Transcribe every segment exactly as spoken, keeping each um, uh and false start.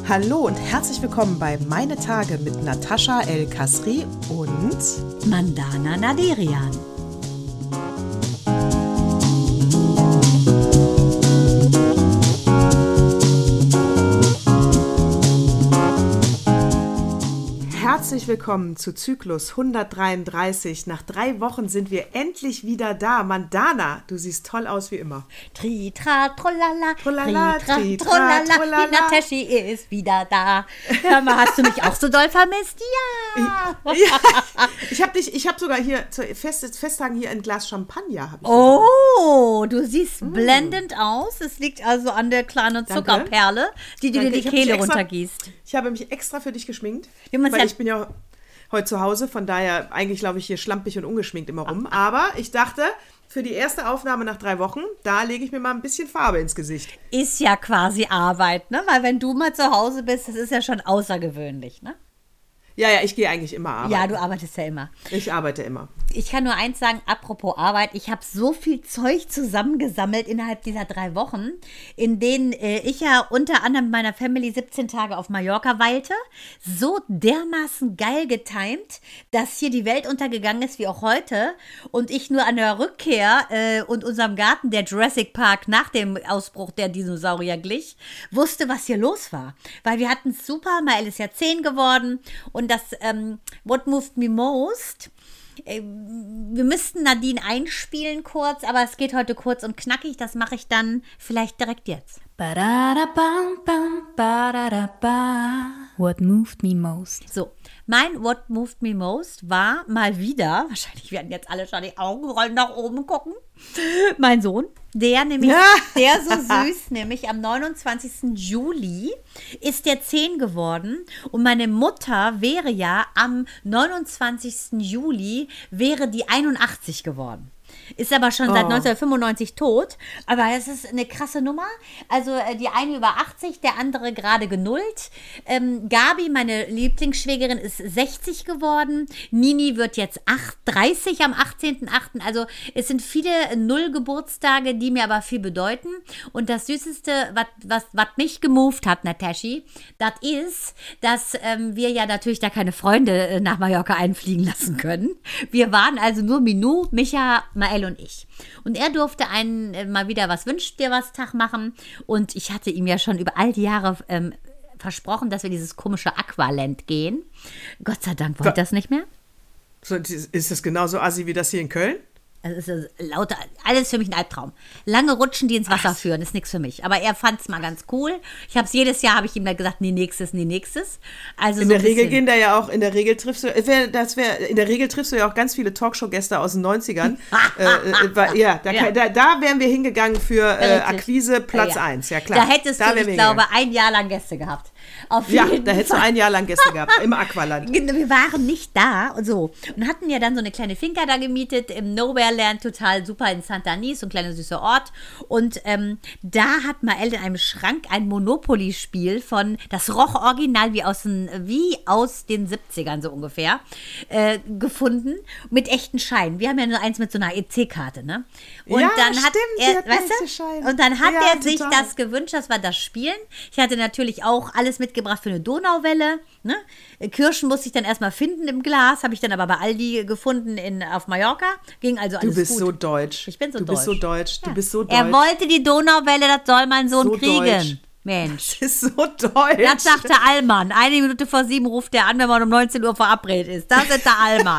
Hallo und herzlich willkommen bei Meine Tage mit Natascha El-Kasri und Mandana Naderian. Herzlich willkommen zu Zyklus hundertdreiunddreißig. Nach drei Wochen sind wir endlich wieder da. Mandana, du siehst toll aus wie immer. Tri, tra, trollala, Trollala, tri, tra, tri, tra, trollala, trollala. die Nataschi ist wieder da. Hör mal, hast du mich auch so doll vermisst? Ja. Ja, ich habe dich, ich habe sogar hier zu Fest, Festtagen hier ein Glas Champagner. Hab ich Oh, du siehst mm. blendend aus. Es liegt also an der kleinen Danke. Zuckerperle, die dir Danke. die Ich hab mich Kehle extra- runtergießt. Ich habe mich extra für dich geschminkt, Wie man's weil ja- ich bin ja heute zu Hause, von daher eigentlich glaube ich hier schlampig und ungeschminkt immer rum. Aber ich dachte, für die erste Aufnahme nach drei Wochen, da lege ich mir mal ein bisschen Farbe ins Gesicht. Ist ja quasi Arbeit, ne? Weil wenn du mal zu Hause bist, das ist ja schon außergewöhnlich, ne? Ja, ja, ich gehe eigentlich immer arbeiten. Ja, du arbeitest ja immer. Ich arbeite immer. Ich kann nur eins sagen, apropos Arbeit, ich habe so viel Zeug zusammengesammelt innerhalb dieser drei Wochen, in denen äh, ich ja unter anderem mit meiner Family siebzehn Tage auf Mallorca weilte. So dermaßen geil getimt, dass hier die Welt untergegangen ist wie auch heute und ich nur an der Rückkehr äh, und unserem Garten, der Jurassic Park nach dem Ausbruch der Dinosaurier glich, wusste, was hier los war. Weil wir hatten es super, Mael ist ja zehn geworden und das ähm, What Moved Me Most. Wir müssten Nadine einspielen kurz, aber es geht heute kurz und knackig. Das mache ich dann vielleicht direkt jetzt. What moved me most? So, mein What Moved Me Most war mal wieder, wahrscheinlich werden jetzt alle schon die Augenrollen nach oben gucken, mein Sohn, der nämlich, der so süß, nämlich am neunundzwanzigsten Juli ist der zehn geworden und meine Mutter wäre ja am neunundzwanzigsten Juli wäre die einundachtzig geworden. Ist aber schon seit Oh. neunzehnhundertfünfundneunzig tot. Aber es ist eine krasse Nummer. Also äh, die eine über achtzig, der andere gerade genullt. Ähm, Gabi, meine Lieblingsschwägerin, ist sechzig geworden. Nini wird jetzt dreißig am achtzehnten achten Also es sind viele Null-Geburtstage, die mir aber viel bedeuten. Und das Süßeste, was, was, was mich gemoved hat, Nataschi, das ist, dass ähm, wir ja natürlich da keine Freunde äh, nach Mallorca einfliegen lassen können. Wir waren also nur Minou, Micha, Mael und ich. Und er durfte einen äh, mal wieder was wünscht dir was Tag machen. Und ich hatte ihm ja schon über all die Jahre ähm, versprochen, dass wir dieses komische Aqualand gehen. Gott sei Dank wollte Da- das nicht mehr. So, ist das genauso assi wie das hier in Köln? Also es ist lauter, alles für mich ein Albtraum. Lange Rutschen, die ins Wasser führen, ist nichts für mich. Aber er fand es mal ganz cool. Ich habe es jedes Jahr, habe ich ihm dann gesagt, nee, nächstes, nee, nächstes. Also In so der ein Regel bisschen- gehen da ja auch, in der Regel triffst du, äh, wär- das wär, in der Regel triffst du ja auch ganz viele Talkshow-Gäste aus den neunzigern. äh, äh, war- ja, da, Ja. Da, da wären wir hingegangen für äh, Richtig. Akquise Platz Ja, ja. eins, ja klar. Da hättest Da du, wären ich wir glaube, hingegangen. ein Jahr lang Gäste gehabt. Auf Ja, jeden da hättest du Fall. ein Jahr lang Gäste gehabt, im Aqualand. Genau, wir waren nicht da und so. Und hatten ja dann so eine kleine Finca da gemietet im Nowhere Land, total super in Santa Anis, so ein kleiner süßer Ort. Und ähm, da hat Mael in einem Schrank ein Monopoly-Spiel von, das roch original wie aus den, wie aus den siebzigern so ungefähr, äh, gefunden, mit echten Scheinen. Wir haben ja nur eins mit so einer E C-Karte, ne? Und Ja, dann hat stimmt, die er, hatten weißt echte du, Scheine. und dann hat Ja, er sich total. das gewünscht, dass wir das spielen. Ich hatte natürlich auch alles mitgebracht für eine Donauwelle. Ne? Kirschen musste ich dann erstmal finden im Glas, habe ich dann aber bei Aldi gefunden in, auf Mallorca. Ging also alles Du bist gut. so deutsch. Ich bin so du bist so deutsch. deutsch. Du Ja. bist so deutsch. Er wollte die Donauwelle, das soll mein Sohn So kriegen. deutsch. Mensch. Das ist so deutsch. Das sagte Allmann. Eine Minute vor sieben ruft er an, wenn man um neunzehn Uhr verabredet ist. Das ist der Allmann.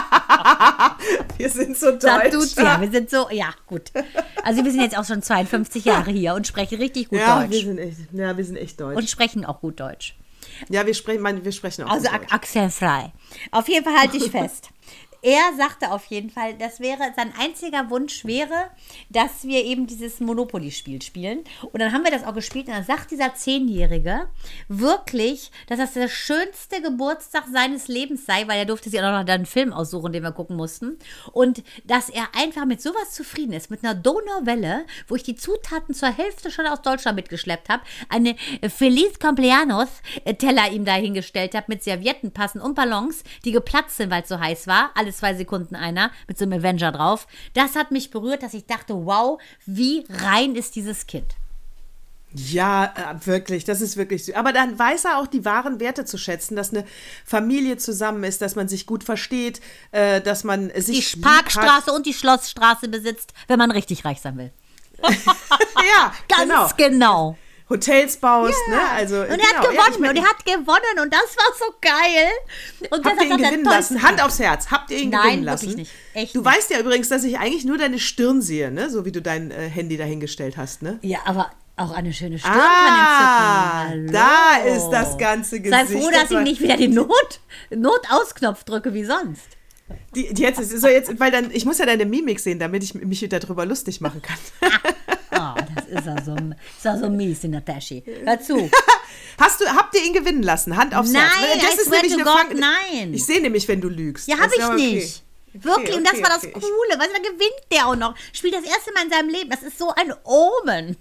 Wir sind so Das deutsch. tut's ja. Wir sind so, ja, gut. Also wir sind jetzt auch schon zweiundfünfzig Jahre hier und sprechen richtig gut ja, Deutsch. wir sind echt, ja, wir sind echt deutsch. Und sprechen auch gut Deutsch. ja, wir sprechen, mein, wir sprechen auch Also gut ak Deutsch. akzentfrei. Auf jeden Fall halte ich fest. Er sagte auf jeden Fall, das wäre, sein einziger Wunsch wäre, dass wir eben dieses Monopoly-Spiel spielen. Und dann haben wir das auch gespielt und dann sagt dieser Zehnjährige wirklich, dass das der schönste Geburtstag seines Lebens sei, weil er durfte sich auch noch einen Film aussuchen, den wir gucken mussten. Und dass er einfach mit sowas zufrieden ist, mit einer Donauwelle, wo ich die Zutaten zur Hälfte schon aus Deutschland mitgeschleppt habe, eine Feliz Cumpleaños Teller ihm da hingestellt habe mit Servietten passen und Ballons, die geplatzt sind, weil es so heiß war. Alle zwei Sekunden einer mit so einem Avenger drauf. Das hat mich berührt, dass ich dachte, wow, wie rein ist dieses Kind. Ja, äh, wirklich, das ist wirklich süß. Aber dann weiß er auch die wahren Werte zu schätzen, dass eine Familie zusammen ist, dass man sich gut versteht, äh, dass man sich Die Parkstraße und die Schlossstraße besitzt, wenn man richtig reich sein will. ja, Ganz genau. genau. Hotels baust, Ja. ne? Also, und er genau. hat gewonnen ja, ich mein, und er hat gewonnen und das war so geil. Und Habt ihr ihn hat er gewinnen toll- lassen? Hand aufs Herz. Habt ihr ihn Nein, gewinnen lassen? wirklich nicht. Echt du nicht. weißt ja übrigens, dass ich eigentlich nur deine Stirn sehe, ne? So wie du dein äh, Handy dahingestellt hast, ne? Ja, aber auch eine schöne Stirn Ah, kann ihn zücken. da Hallo. ist das ganze Sei Gesicht. froh, Das dass ich war- nicht wieder den Not, Notausknopf drücke wie sonst. Die, die jetzt, so jetzt, weil dann, ich muss ja deine Mimik sehen, damit ich mich wieder drüber lustig machen kann. Oh, das ist ja so, ist ja so mies in der Tasche. Hör zu. Hast du, habt ihr ihn gewinnen lassen? Hand aufs Nein, Herz. Weil I swear to eine God, Fang- nein. Ich sehe nämlich, wenn du lügst. Ja, Das habe ist ich aber okay. nicht. Wirklich, und das okay, war das okay. Coole. Weißt du, da gewinnt der auch noch. Spielt das erste Mal in seinem Leben. Das ist so ein Omen.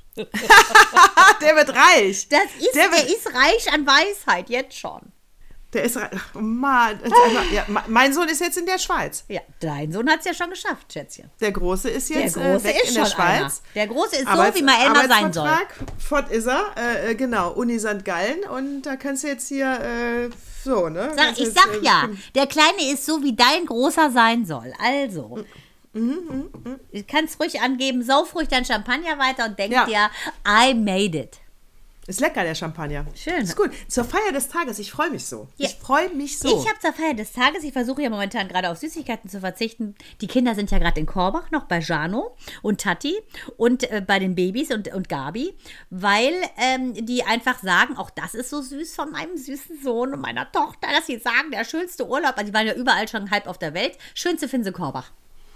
Ah, der wird reich. Das ist, Der der, wird- ist reich an Weisheit, jetzt schon. Der ist reich. Oh Mann. Ja, mein Sohn ist jetzt in der Schweiz. Ja, dein Sohn hat es ja schon geschafft, Schätzchen. Der Große ist Der jetzt Große äh, weg ist in schon der Schweiz. einer. Der Große ist so, Arbeits- wie man Elmar sein soll. Arbeitsvertrag, Fort ist er, äh, äh, genau, Uni Sankt Gallen und da kannst du jetzt hier, äh, so, ne? Sag, Kannst ich jetzt, sag äh, ja, der Kleine ist so, wie dein Großer sein soll. Also, Mhm, du kannst ruhig angeben, sauf ruhig dein Champagner weiter und denk Ja. dir, I made it. Ist lecker, der Champagner. Schön. Ist gut. Zur Feier des Tages, ich freue mich so. Ja. Ich freue mich so. Ich habe zur Feier des Tages, ich versuche ja momentan gerade auf Süßigkeiten zu verzichten. Die Kinder sind ja gerade in Korbach noch bei Jano und Tati und äh, bei den Babys und, und Gabi, weil ähm, die einfach sagen, auch das ist so süß von meinem süßen Sohn und meiner Tochter, dass sie sagen, der schönste Urlaub, also die waren ja überall schon halb auf der Welt, schönste finden sie Korbach.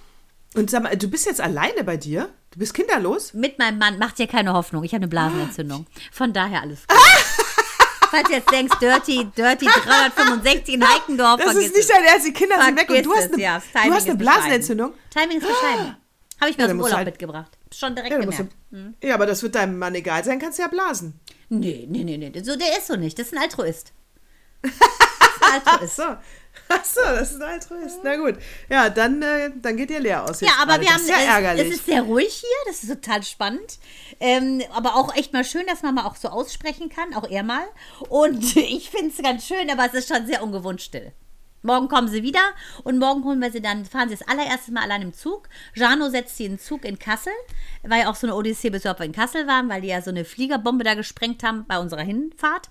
Und sag mal, du bist jetzt alleine bei dir? Du bist kinderlos? Mit meinem Mann macht dir keine Hoffnung, ich habe eine Blasenentzündung. Von daher alles gut. Falls du jetzt denkst, Dirty, Dirty dreihundertfünfundsechzig in Heikendorf, Das vergiss ist nicht es. dein Ernst, die Kinder sind weg und du Vergiss hast es, eine, ja, das du Timing hast eine ist Blasenentzündung. Timing ist bescheiden. Habe ich mir Ja, aus dann dem musst du Urlaub halt- mitgebracht. Schon direkt Ja, dann musst gemerkt. du, ja, aber das wird deinem Mann egal sein, kannst du ja blasen. Nee, nee, nee, nee. So, der ist so nicht. Das ist ein Altruist. Das ist ein Ach Altruist. so. Ach so, das ist ein Altruist. Na gut. Ja, dann, äh, dann geht ihr leer aus. Ja, jetzt aber gerade. wir Das haben, ist ja es, ärgerlich. es ist sehr ruhig hier, das ist total spannend. Ähm, aber auch echt mal schön, dass man mal auch so aussprechen kann, auch er mal. Und ich finde es ganz schön, aber es ist schon sehr ungewohnt still. Morgen kommen sie wieder und morgen holen wir sie dann, fahren sie das allererste Mal allein im Zug. Jano setzt sie in den Zug in Kassel. War ja auch so eine Odyssee, bis wir in Kassel waren, weil die ja so eine Fliegerbombe da gesprengt haben bei unserer Hinfahrt.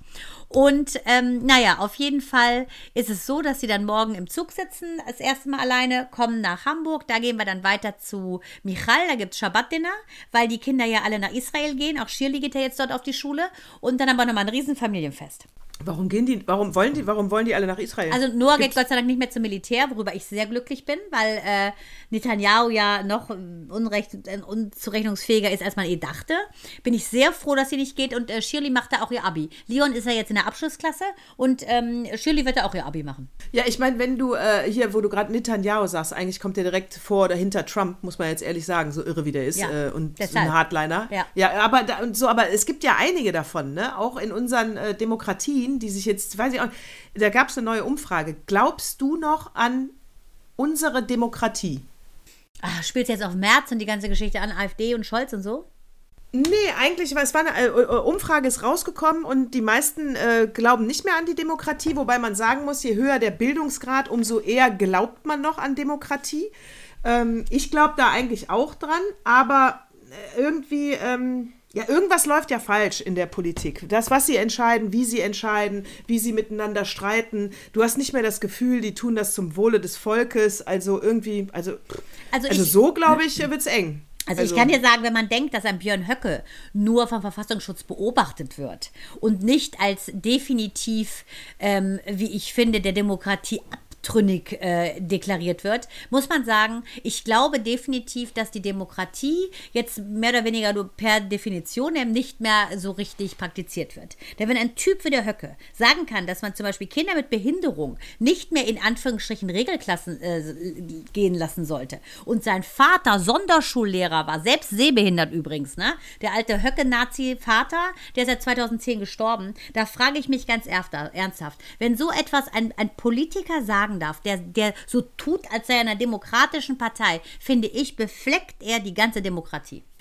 Und ähm, naja, auf jeden Fall ist es so, dass sie dann morgen im Zug sitzen, das erste Mal alleine, kommen nach Hamburg. Da gehen wir dann weiter zu Michal, da gibt es Shabbat-Dinner, weil die Kinder ja alle nach Israel gehen. Auch Shirley geht ja jetzt dort auf die Schule. Und dann haben wir nochmal ein riesen Familienfest. Warum gehen die, warum wollen die, warum wollen die alle nach Israel? Also Noah geht Gott sei Dank nicht mehr zum Militär, worüber ich sehr glücklich bin, weil äh, Netanyahu ja noch unrecht, äh, unzurechnungsfähiger ist, als man eh dachte. Bin ich sehr froh, dass sie nicht geht und äh, Shirley macht da auch ihr Abi. Leon ist ja jetzt in der Abschlussklasse und ähm, Shirley wird da auch ihr Abi machen. Ja, ich meine, wenn du äh, hier, wo du gerade Netanyahu sagst, eigentlich kommt der direkt vor oder hinter Trump, muss man jetzt ehrlich sagen, so irre wie der ist Ja, äh, und so deshalb. ein Hardliner. Ja. ja aber da, und so, aber es gibt ja einige davon, ne? Auch in unseren äh, Demokratien, die sich jetzt, weiß ich auch, da gab es eine neue Umfrage. Glaubst du noch an unsere Demokratie? Ach, spielst du jetzt auf Merz und die ganze Geschichte an, AfD und Scholz und so? Nee, eigentlich, weil es war eine äh, Umfrage ist rausgekommen und die meisten äh, glauben nicht mehr an die Demokratie, wobei man sagen muss, je höher der Bildungsgrad, umso eher glaubt man noch an Demokratie. Ähm, ich glaube da eigentlich auch dran, aber äh, irgendwie, ähm, ja, irgendwas läuft ja falsch in der Politik. Das, was sie entscheiden, wie sie entscheiden, wie sie miteinander streiten. Du hast nicht mehr das Gefühl, die tun das zum Wohle des Volkes. Also irgendwie, also, Also also ich- so, glaube ich, wird es eng. Also, ich kann dir sagen, wenn man denkt, dass ein Björn Höcke nur vom Verfassungsschutz beobachtet wird und nicht als definitiv, ähm, wie ich finde, der Demokratie abtrünnig äh, deklariert wird, muss man sagen, ich glaube definitiv, dass die Demokratie jetzt mehr oder weniger nur per Definition eben nicht mehr so richtig praktiziert wird. Denn wenn ein Typ wie der Höcke sagen kann, dass man zum Beispiel Kinder mit Behinderung nicht mehr in Anführungsstrichen Regelklassen äh, gehen lassen sollte und sein Vater Sonderschullehrer war, selbst sehbehindert übrigens, ne? Der alte Höcke-Nazi-Vater, der ist seit zweitausendzehn gestorben, da frage ich mich ganz ernsthaft, wenn so etwas ein, ein Politiker sagen darf, der, der so tut, als sei er einer demokratischen Partei, finde ich, befleckt er die ganze Demokratie.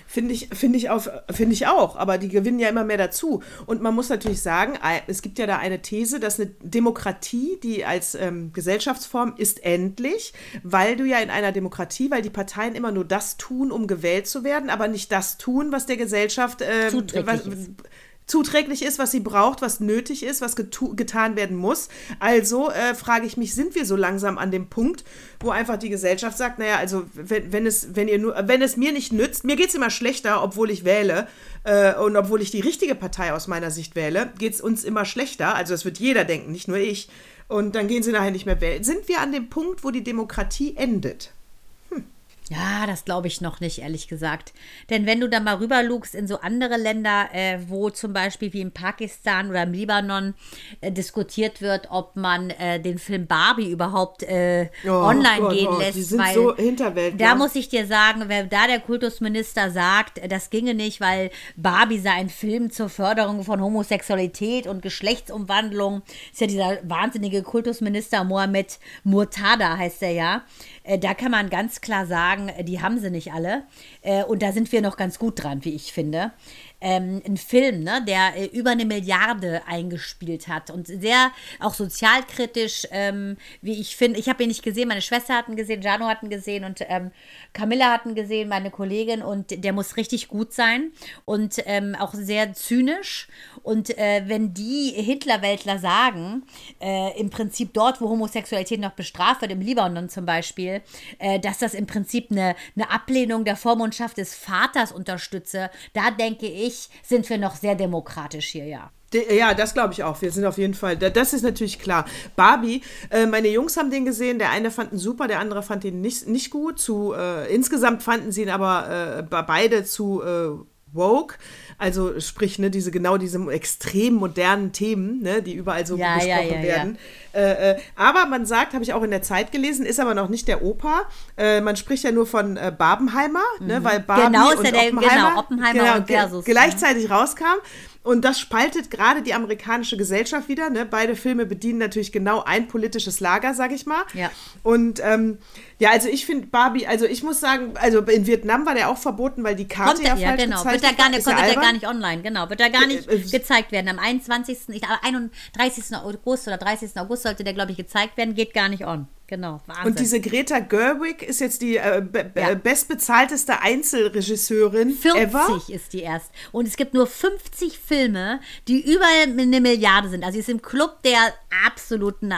Finde ich, finde ich, auf, finde ich auch, aber die gewinnen ja immer mehr dazu. Und man muss natürlich sagen, es gibt ja da eine These, dass eine Demokratie, die als ähm, Gesellschaftsform ist endlich, weil du ja in einer Demokratie, weil die Parteien immer nur das tun, um gewählt zu werden, aber nicht das tun, was der Gesellschaft äh, zuträglich was, ist. zuträglich ist, was sie braucht, was nötig ist, was getu- getan werden muss. Also äh, frage ich mich, sind wir so langsam an dem Punkt, wo einfach die Gesellschaft sagt, naja, also wenn, wenn, es, wenn, ihr nur, wenn es mir nicht nützt, mir geht es immer schlechter, obwohl ich wähle äh, und obwohl ich die richtige Partei aus meiner Sicht wähle, geht es uns immer schlechter. Also das wird jeder denken, nicht nur ich. Und dann gehen sie nachher nicht mehr wählen. Sind wir an dem Punkt, wo die Demokratie endet? Ja, das glaube ich noch nicht, ehrlich gesagt. Denn wenn du da mal rüberlugst in so andere Länder, äh, wo zum Beispiel wie in Pakistan oder im Libanon äh, diskutiert wird, ob man äh, den Film Barbie überhaupt äh, Oh, online Gott, gehen oh, lässt. die sind weil so Hinterwäldler. Da muss ich dir sagen, wenn da der Kultusminister sagt, äh, das ginge nicht, weil Barbie sei ein Film zur Förderung von Homosexualität und Geschlechtsumwandlung, ist ja dieser wahnsinnige Kultusminister Mohammed Murtada, heißt er ja. Äh, da kann man ganz klar sagen, die haben sie nicht alle. Äh, und da sind wir noch ganz gut dran, wie ich finde. Ähm, ein Film, ne, der äh, über eine Milliarde eingespielt hat und sehr auch sozialkritisch, ähm, wie ich finde. Ich habe ihn nicht gesehen, meine Schwester hat ihn gesehen, Jano hat ihn gesehen und ähm, Camilla hat ihn gesehen, meine Kollegin, und der muss richtig gut sein und ähm, auch sehr zynisch. Und äh, wenn die Hitlerweltler sagen, äh, im Prinzip dort, wo Homosexualität noch bestraft wird, im Libanon zum Beispiel, äh, dass das im Prinzip eine, eine Ablehnung der Vormundschaft des Vaters unterstütze, da denke ich, sind wir noch sehr demokratisch hier, ja. Ja, das glaube ich auch. Wir sind auf jeden Fall, das ist natürlich klar. Barbie, äh, meine Jungs haben den gesehen, der eine fand ihn super, der andere fand ihn nicht, nicht gut. Zu, äh, insgesamt fanden sie ihn aber äh, beide zu äh, woke. Also sprich, ne, diese genau diese extrem modernen Themen, ne, die überall so ja, besprochen ja, ja, werden. Ja. Äh, äh, aber man sagt, habe ich auch in der Zeit gelesen, ist aber noch nicht der Opa. Äh, man spricht ja nur von äh, Barbenheimer, mhm. ne, weil Barbie genau, ist und ja der, Oppenheimer, genau, Oppenheimer genau, und Versus, ge- gleichzeitig ja. rauskam. Und das spaltet gerade die amerikanische Gesellschaft wieder. Ne? Beide Filme bedienen natürlich genau ein politisches Lager, sag ich mal. Ja. Und ähm, ja, also ich finde Barbie, also ich muss sagen, also in Vietnam war der auch verboten, weil die Karte Kommt der, ja falsch ja, genau. gezeichnet Wird da gar nicht, war. kommt Ja der gar nicht online, genau. Wird da gar nicht äh, äh, gezeigt werden. Am einundzwanzigsten, ich glaube, einunddreißigsten August oder dreißigsten August sollte der, glaube ich, gezeigt werden. Geht gar nicht on. Genau, Wahnsinn. Und diese Greta Gerwig ist jetzt die äh, be- Ja. bestbezahlteste Einzelregisseurin vierzig ever. ist die erst. Und es gibt nur fünfzig Filme, die über eine Milliarde sind. Also sie ist im Club der absoluten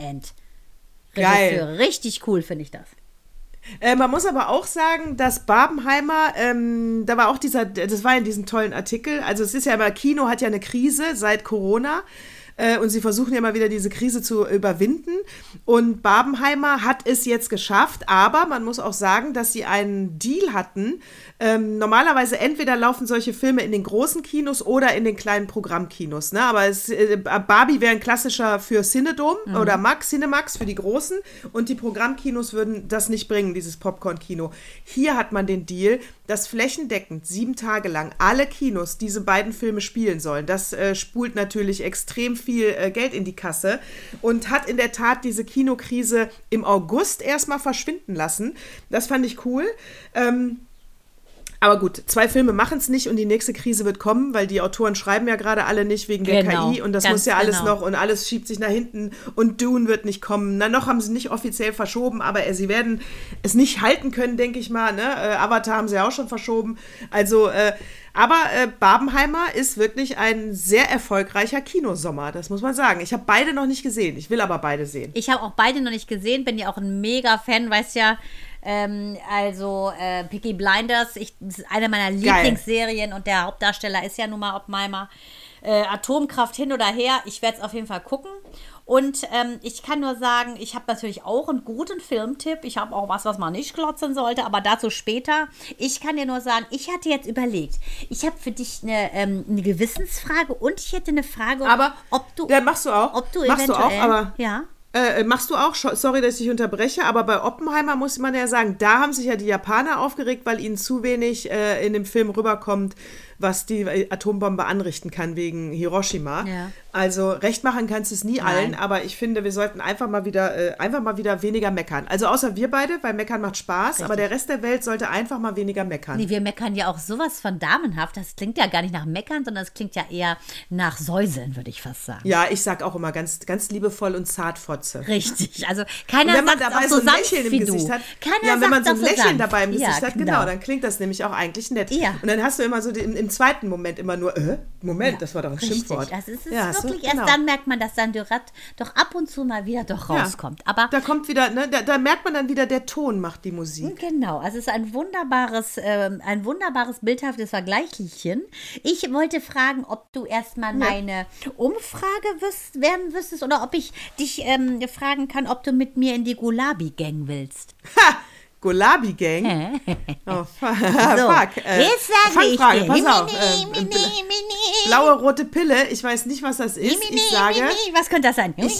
High-End-Regisseure. Richtig cool, finde ich das. Äh, man muss aber auch sagen, dass Barbenheimer, ähm, da war auch dieser, das war in diesem tollen Artikel, also es ist ja immer, Kino hat ja eine Krise seit Corona. Und sie versuchen ja mal wieder diese Krise zu überwinden. Und Barbenheimer hat es jetzt geschafft. Aber man muss auch sagen, dass sie einen Deal hatten. Ähm, normalerweise entweder laufen solche Filme in den großen Kinos oder in den kleinen Programmkinos. Ne? Aber es, äh, Barbie wäre ein klassischer für Cinedom mhm. oder Max, Cinemax für die Großen. Und die Programmkinos würden das nicht bringen, dieses Popcorn-Kino. Hier hat man den Deal, dass flächendeckend sieben Tage lang alle Kinos diese beiden Filme spielen sollen. Das äh, spult natürlich extrem viel viel äh, Geld in die Kasse und hat in der Tat diese Kinokrise im August erstmal verschwinden lassen. Das fand ich cool. Ähm, aber gut, zwei Filme machen es nicht und die nächste Krise wird kommen, weil die Autoren schreiben ja gerade alle nicht wegen der genau, K I und das ganz muss ja alles genau. noch und alles schiebt sich nach hinten und Dune wird nicht kommen. Na, noch haben sie nicht offiziell verschoben, aber äh, sie werden es nicht halten können, denke ich mal. Ne? Äh, Avatar haben sie ja auch schon verschoben. Also, äh, aber äh, Barbenheimer ist wirklich ein sehr erfolgreicher Kinosommer, das muss man sagen. Ich habe beide noch nicht gesehen, ich will aber beide sehen. Ich habe auch beide noch nicht gesehen, bin ja auch ein Mega-Fan, weißt ja, ähm, also äh, Peaky Blinders, ich, das ist eine meiner Lieblingsserien und der Hauptdarsteller ist ja nun mal Oppenheimer. Äh, Atomkraft hin oder her, ich werde es auf jeden Fall gucken. Und ähm, ich kann nur sagen, ich habe natürlich auch einen guten Filmtipp. Ich habe auch was, was man nicht klotzen sollte, aber dazu später. Ich kann dir nur sagen, ich hatte jetzt überlegt, ich habe für dich eine, ähm, eine Gewissensfrage und ich hätte eine Frage, aber, ob du... Ja, machst du auch. Ob du machst eventuell... du auch, aber... Ja. Äh, machst du auch, sorry, dass ich dich unterbreche, aber bei Oppenheimer muss man ja sagen, da haben sich ja die Japaner aufgeregt, weil ihnen zu wenig äh, in dem Film rüberkommt, was die Atombombe anrichten kann wegen Hiroshima. Ja. Also recht machen kannst du es nie Nein. allen, aber ich finde, wir sollten einfach mal wieder äh, einfach mal wieder weniger meckern. Also außer wir beide, weil meckern macht Spaß, Richtig. aber der Rest der Welt sollte einfach mal weniger meckern. Nee, wir meckern ja auch sowas von damenhaft. Das klingt ja gar nicht nach Meckern, sondern es klingt ja eher nach Säuseln, würde ich fast sagen. Ja, ich sag auch immer ganz, ganz liebevoll und zartfotze. Richtig. Also keiner Und wenn man sagt dabei auch so so ein sanft Lächeln im wie Gesicht du. hat, Keiner ja, wenn man sagt so ein auch so Lächeln sanft. dabei im Gesicht Ja, hat, genau, dann klingt das nämlich auch eigentlich nett. Ja. Und dann hast du immer so den, im zweiten Moment immer nur, äh, Moment, Ja, das war doch ein richtig. Schimpfwort. Also es ist Ja, so, wirklich, genau. erst dann merkt man, dass dann Durat doch ab und zu mal wieder doch Ja. rauskommt. Aber Da kommt wieder, ne, da, da merkt man dann wieder, der Ton macht die Musik. genau, also es ist ein wunderbares, ähm, ein wunderbares, bildhaftes Vergleichchen. Ich wollte fragen, ob du erstmal meine Umfrage wüs werden wüsstest oder ob ich dich ähm, fragen kann, ob du mit mir in die Gulabi-Gang willst. Ha! Gulabi Gang. Oh, fuck. So, fuck. Äh, jetzt sage ich Fangfrage, dir. pass auf. Mini, Äh, mini, mini. blaue, rote Pille, ich weiß nicht, was das ist. Mini, Ich sage, mini. Was könnte das sein? Mini,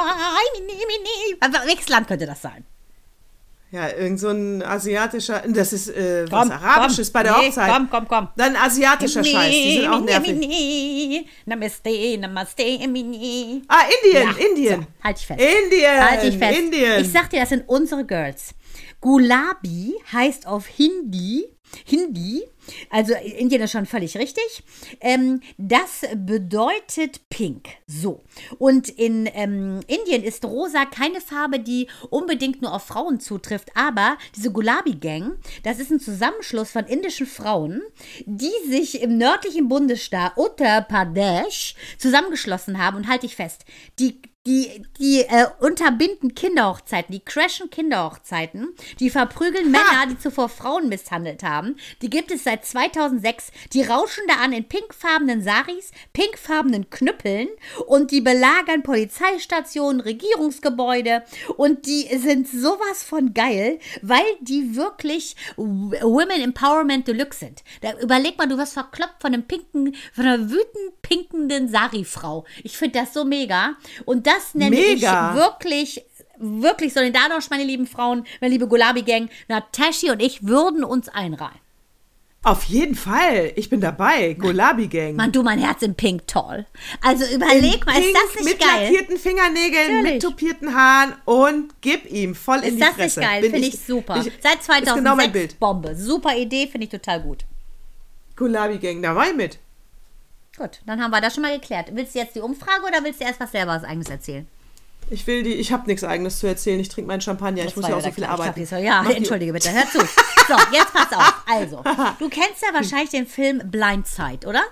mini. Welches Land könnte das sein? ja, irgend so ein asiatischer, das ist äh, Komm, was Arabisches komm. bei der Nee, Hochzeit. komm, komm, komm. Dann asiatischer Scheiß, die sind auch nervig. Mini, Namaste, Namaste, Mini. Ah, Indien, Ja, Indien. so, halt dich fest. Indien, Halt dich fest. Indien. Ich sag dir, das sind unsere Girls. Gulabi heißt auf Hindi, Hindi, also Indien ist schon völlig richtig. Ähm, das bedeutet pink. So. Und in ähm, Indien ist rosa keine Farbe, die unbedingt nur auf Frauen zutrifft. Aber diese Gulabi-Gang, das ist ein Zusammenschluss von indischen Frauen, die sich im nördlichen Bundesstaat Uttar Pradesh zusammengeschlossen haben. Und halt dich fest, die Die, die äh, unterbinden Kinderhochzeiten, die crashen Kinderhochzeiten, die verprügeln Männer, die zuvor Frauen misshandelt haben. Die gibt es seit zweitausendsechs. Die rauschen da an in pinkfarbenen Saris, pinkfarbenen Knüppeln und die belagern Polizeistationen, Regierungsgebäude und die sind sowas von geil, weil die wirklich Women Empowerment Deluxe sind. Da überleg mal, du wirst verkloppt von einem pinken, von einer wütend pinkenden Sari-Frau. Ich finde das so mega. Und das Das nenne Mega. ich wirklich, wirklich solidarisch, meine lieben Frauen, meine liebe Gulabi-Gang. Nataschi und ich würden uns einreihen. Auf jeden Fall, ich bin dabei. Gulabi Gang. Mann, du, mein Herz in Pink, toll. Also überleg mal, ist Pink, das nicht mit geil? lackierten Fingernägeln, Natürlich. mit tupierten Haaren und gib ihm voll in Ist die das Fresse. nicht geil? Bin Finde ich super. ich- Seit ist zweitausendsechs genau mein Bild. Bombe. Super Idee, finde ich total gut. Gulabi Gang, da war ich mit. Gut, dann haben wir das schon mal geklärt. Willst du jetzt die Umfrage oder willst du erst was selber was Eigenes erzählen? Ich will die, ich habe nichts Eigenes zu erzählen. Ich trinke meinen Champagner. Ich Das muss war ja ja auch so der viel Klar. Ich arbeiten. dachte, ich so, ja, Mach die- entschuldige bitte, hör zu. So, jetzt pass auf. Also, du kennst ja wahrscheinlich den Film Blindside, oder?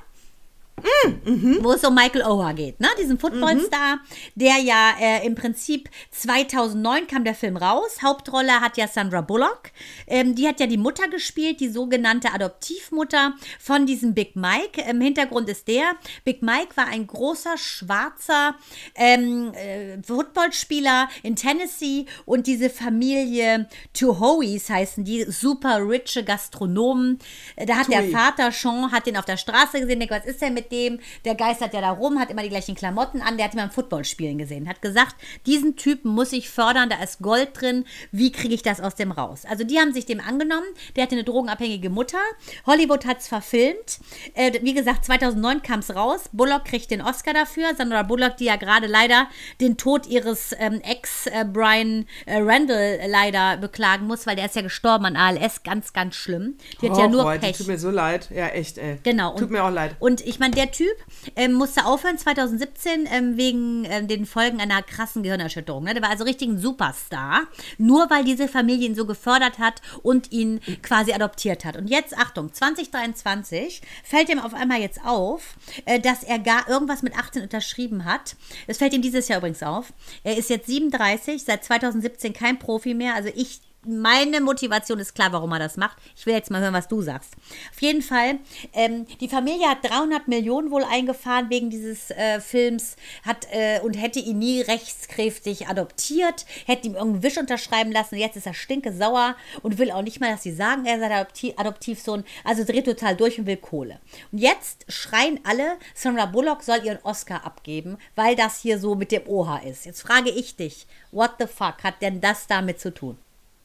Mhm. Wo es um Michael Oher geht, ne? Diesen Footballstar, der ja äh, im Prinzip zweitausendneun kam der Film raus. Hauptrolle hat ja Sandra Bullock. Ähm, die hat ja die Mutter gespielt, die sogenannte Adoptivmutter von diesem Big Mike. Im Hintergrund ist der, Big Mike war ein großer, schwarzer ähm, äh, Footballspieler in Tennessee und diese Familie Tuhois heißen die, super riche Gastronomen. Äh, Da hat der Tui. Vater Sean, hat den auf der Straße gesehen, denkt, was ist denn mit dem? Der geistert ja da rum, hat immer die gleichen Klamotten an, der hat ihn beim Footballspielen gesehen, hat gesagt, diesen Typen muss ich fördern, da ist Gold drin, wie kriege ich das aus dem raus? Also die haben sich dem angenommen, der hatte eine drogenabhängige Mutter, Hollywood hat es verfilmt, äh, wie gesagt, zweitausendneun kam es raus, Bullock kriegt den Oscar dafür, Sandra Bullock, die ja gerade leider den Tod ihres ähm, Ex äh, Brian äh, Randall leider beklagen muss, weil der ist ja gestorben an A L S, ganz, ganz schlimm. Die hat ja Oh, nur boah, die Pech. tut mir so leid. Ja, echt, ey. Genau. Tut und, mir auch leid. Und ich meine, der Typ ähm, musste aufhören zweitausendsiebzehn ähm, wegen ähm, den Folgen einer krassen Gehirnerschütterung. Ne? Der war also richtig ein Superstar, nur weil diese Familie ihn so gefördert hat und ihn quasi adoptiert hat. Und jetzt, Achtung, zwanzig dreiundzwanzig fällt ihm auf einmal jetzt auf, äh, dass er gar irgendwas mit achtzehn unterschrieben hat. Das fällt ihm dieses Jahr übrigens auf. Er ist jetzt siebenunddreißig, seit zweitausendsiebzehn kein Profi mehr. Also ich Meine Motivation ist klar, warum er das macht. Ich will jetzt mal hören, was du sagst. Auf jeden Fall, ähm, die Familie hat dreihundert Millionen wohl eingefahren wegen dieses äh, Films hat, äh, und hätte ihn nie rechtskräftig adoptiert, hätte ihm irgendeinen Wisch unterschreiben lassen. Jetzt ist er stinke sauer und will auch nicht mal, dass sie sagen, er sei der Adopti- Adoptivsohn. Also dreht total durch und will Kohle. Und jetzt schreien alle, Sandra Bullock soll ihren Oscar abgeben, weil das hier so mit dem Oha ist. Jetzt frage ich dich, what the fuck hat denn das damit zu tun?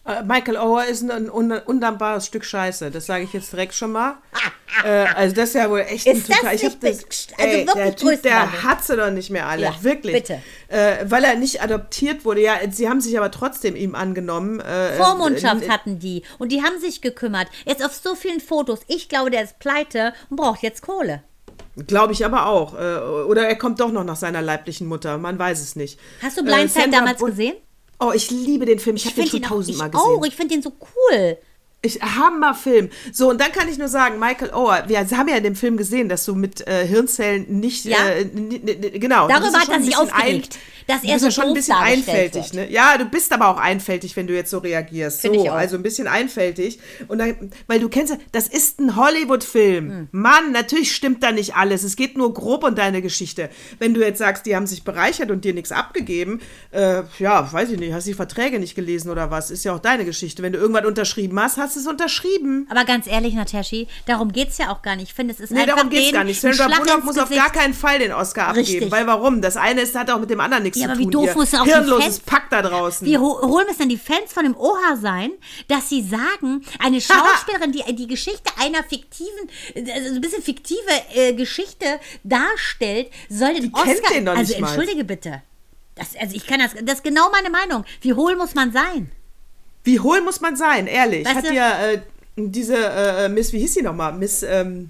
Äh, Michael Oher ist ein un undankbares Stück Scheiße, das sage ich jetzt direkt schon mal. äh, also das ist ja wohl echt ist ein total... Das ich hab nicht das, also ey, wirklich der Typ, der Größenwahnsinn. hat sie doch nicht mehr alle, Ja, wirklich. bitte. Äh, weil er nicht adoptiert wurde. Ja, sie haben sich aber trotzdem ihm angenommen. Äh, Vormundschaft äh, hatten die und die haben sich gekümmert. Jetzt auf so vielen Fotos. Ich glaube, der ist pleite und braucht jetzt Kohle. Glaube ich aber auch. Äh, oder er kommt doch noch nach seiner leiblichen Mutter, man weiß es nicht. Hast du Blindside Sandra damals Bullock- gesehen? Oh, ich liebe den Film. Ich, habe den schon ihn auch, tausendmal ich gesehen. auch. Ich finde den so cool. Ich, Hammerfilm. So, und dann kann ich nur sagen, Michael Oher, wir haben ja in dem Film gesehen, dass du mit äh, Hirnzellen nicht, Ja. äh, n- n- n- genau. du Darüber bist ja hat schon er ein sich bisschen aufgeregt, dass du er bist so ja schon ein doof bisschen dargestellt einfältig, wird. ne? Ja, du bist aber auch einfältig, wenn du jetzt so reagierst. Finde So, ich auch. also ein bisschen einfältig. Und dann, weil du kennst ja, das ist ein Hollywood-Film. Hm. Mann, natürlich stimmt da nicht alles. Es geht nur grob um deine Geschichte. Wenn du jetzt sagst, die haben sich bereichert und dir nichts abgegeben, äh, ja, weiß ich nicht, hast die Verträge nicht gelesen oder was? Ist ja auch deine Geschichte. Wenn du irgendwas unterschrieben hast, hast du es unterschrieben. Aber ganz ehrlich, Nataschi, darum geht es ja auch gar nicht. Ich finde, es ist Nee, einfach darum geht's denen gar nicht. ein Sandra Schlag Bullock ins muss auf Gesicht. gar keinen Fall den Oscar abgeben. Richtig. Weil warum? Das eine ist, hat auch mit dem anderen nichts Ja, zu aber tun. wie doof Ihr müssen auch die hirnloses Fans- Pack da draußen. Wie ho holen es denn die Fans von dem Oha sein, dass sie sagen, eine Schauspielerin, die die Geschichte einer fiktiven, also ein bisschen fiktive äh, Geschichte darstellt, soll den Die kennt Oscar... den doch also nicht mal. entschuldige bitte. Das, also ich kann das, das ist genau meine Meinung. Wie hohl muss man sein? Wie hohl muss man sein, ehrlich? Weißt Hat du- ja äh, diese äh, Miss, wie hieß sie nochmal? Miss, ähm,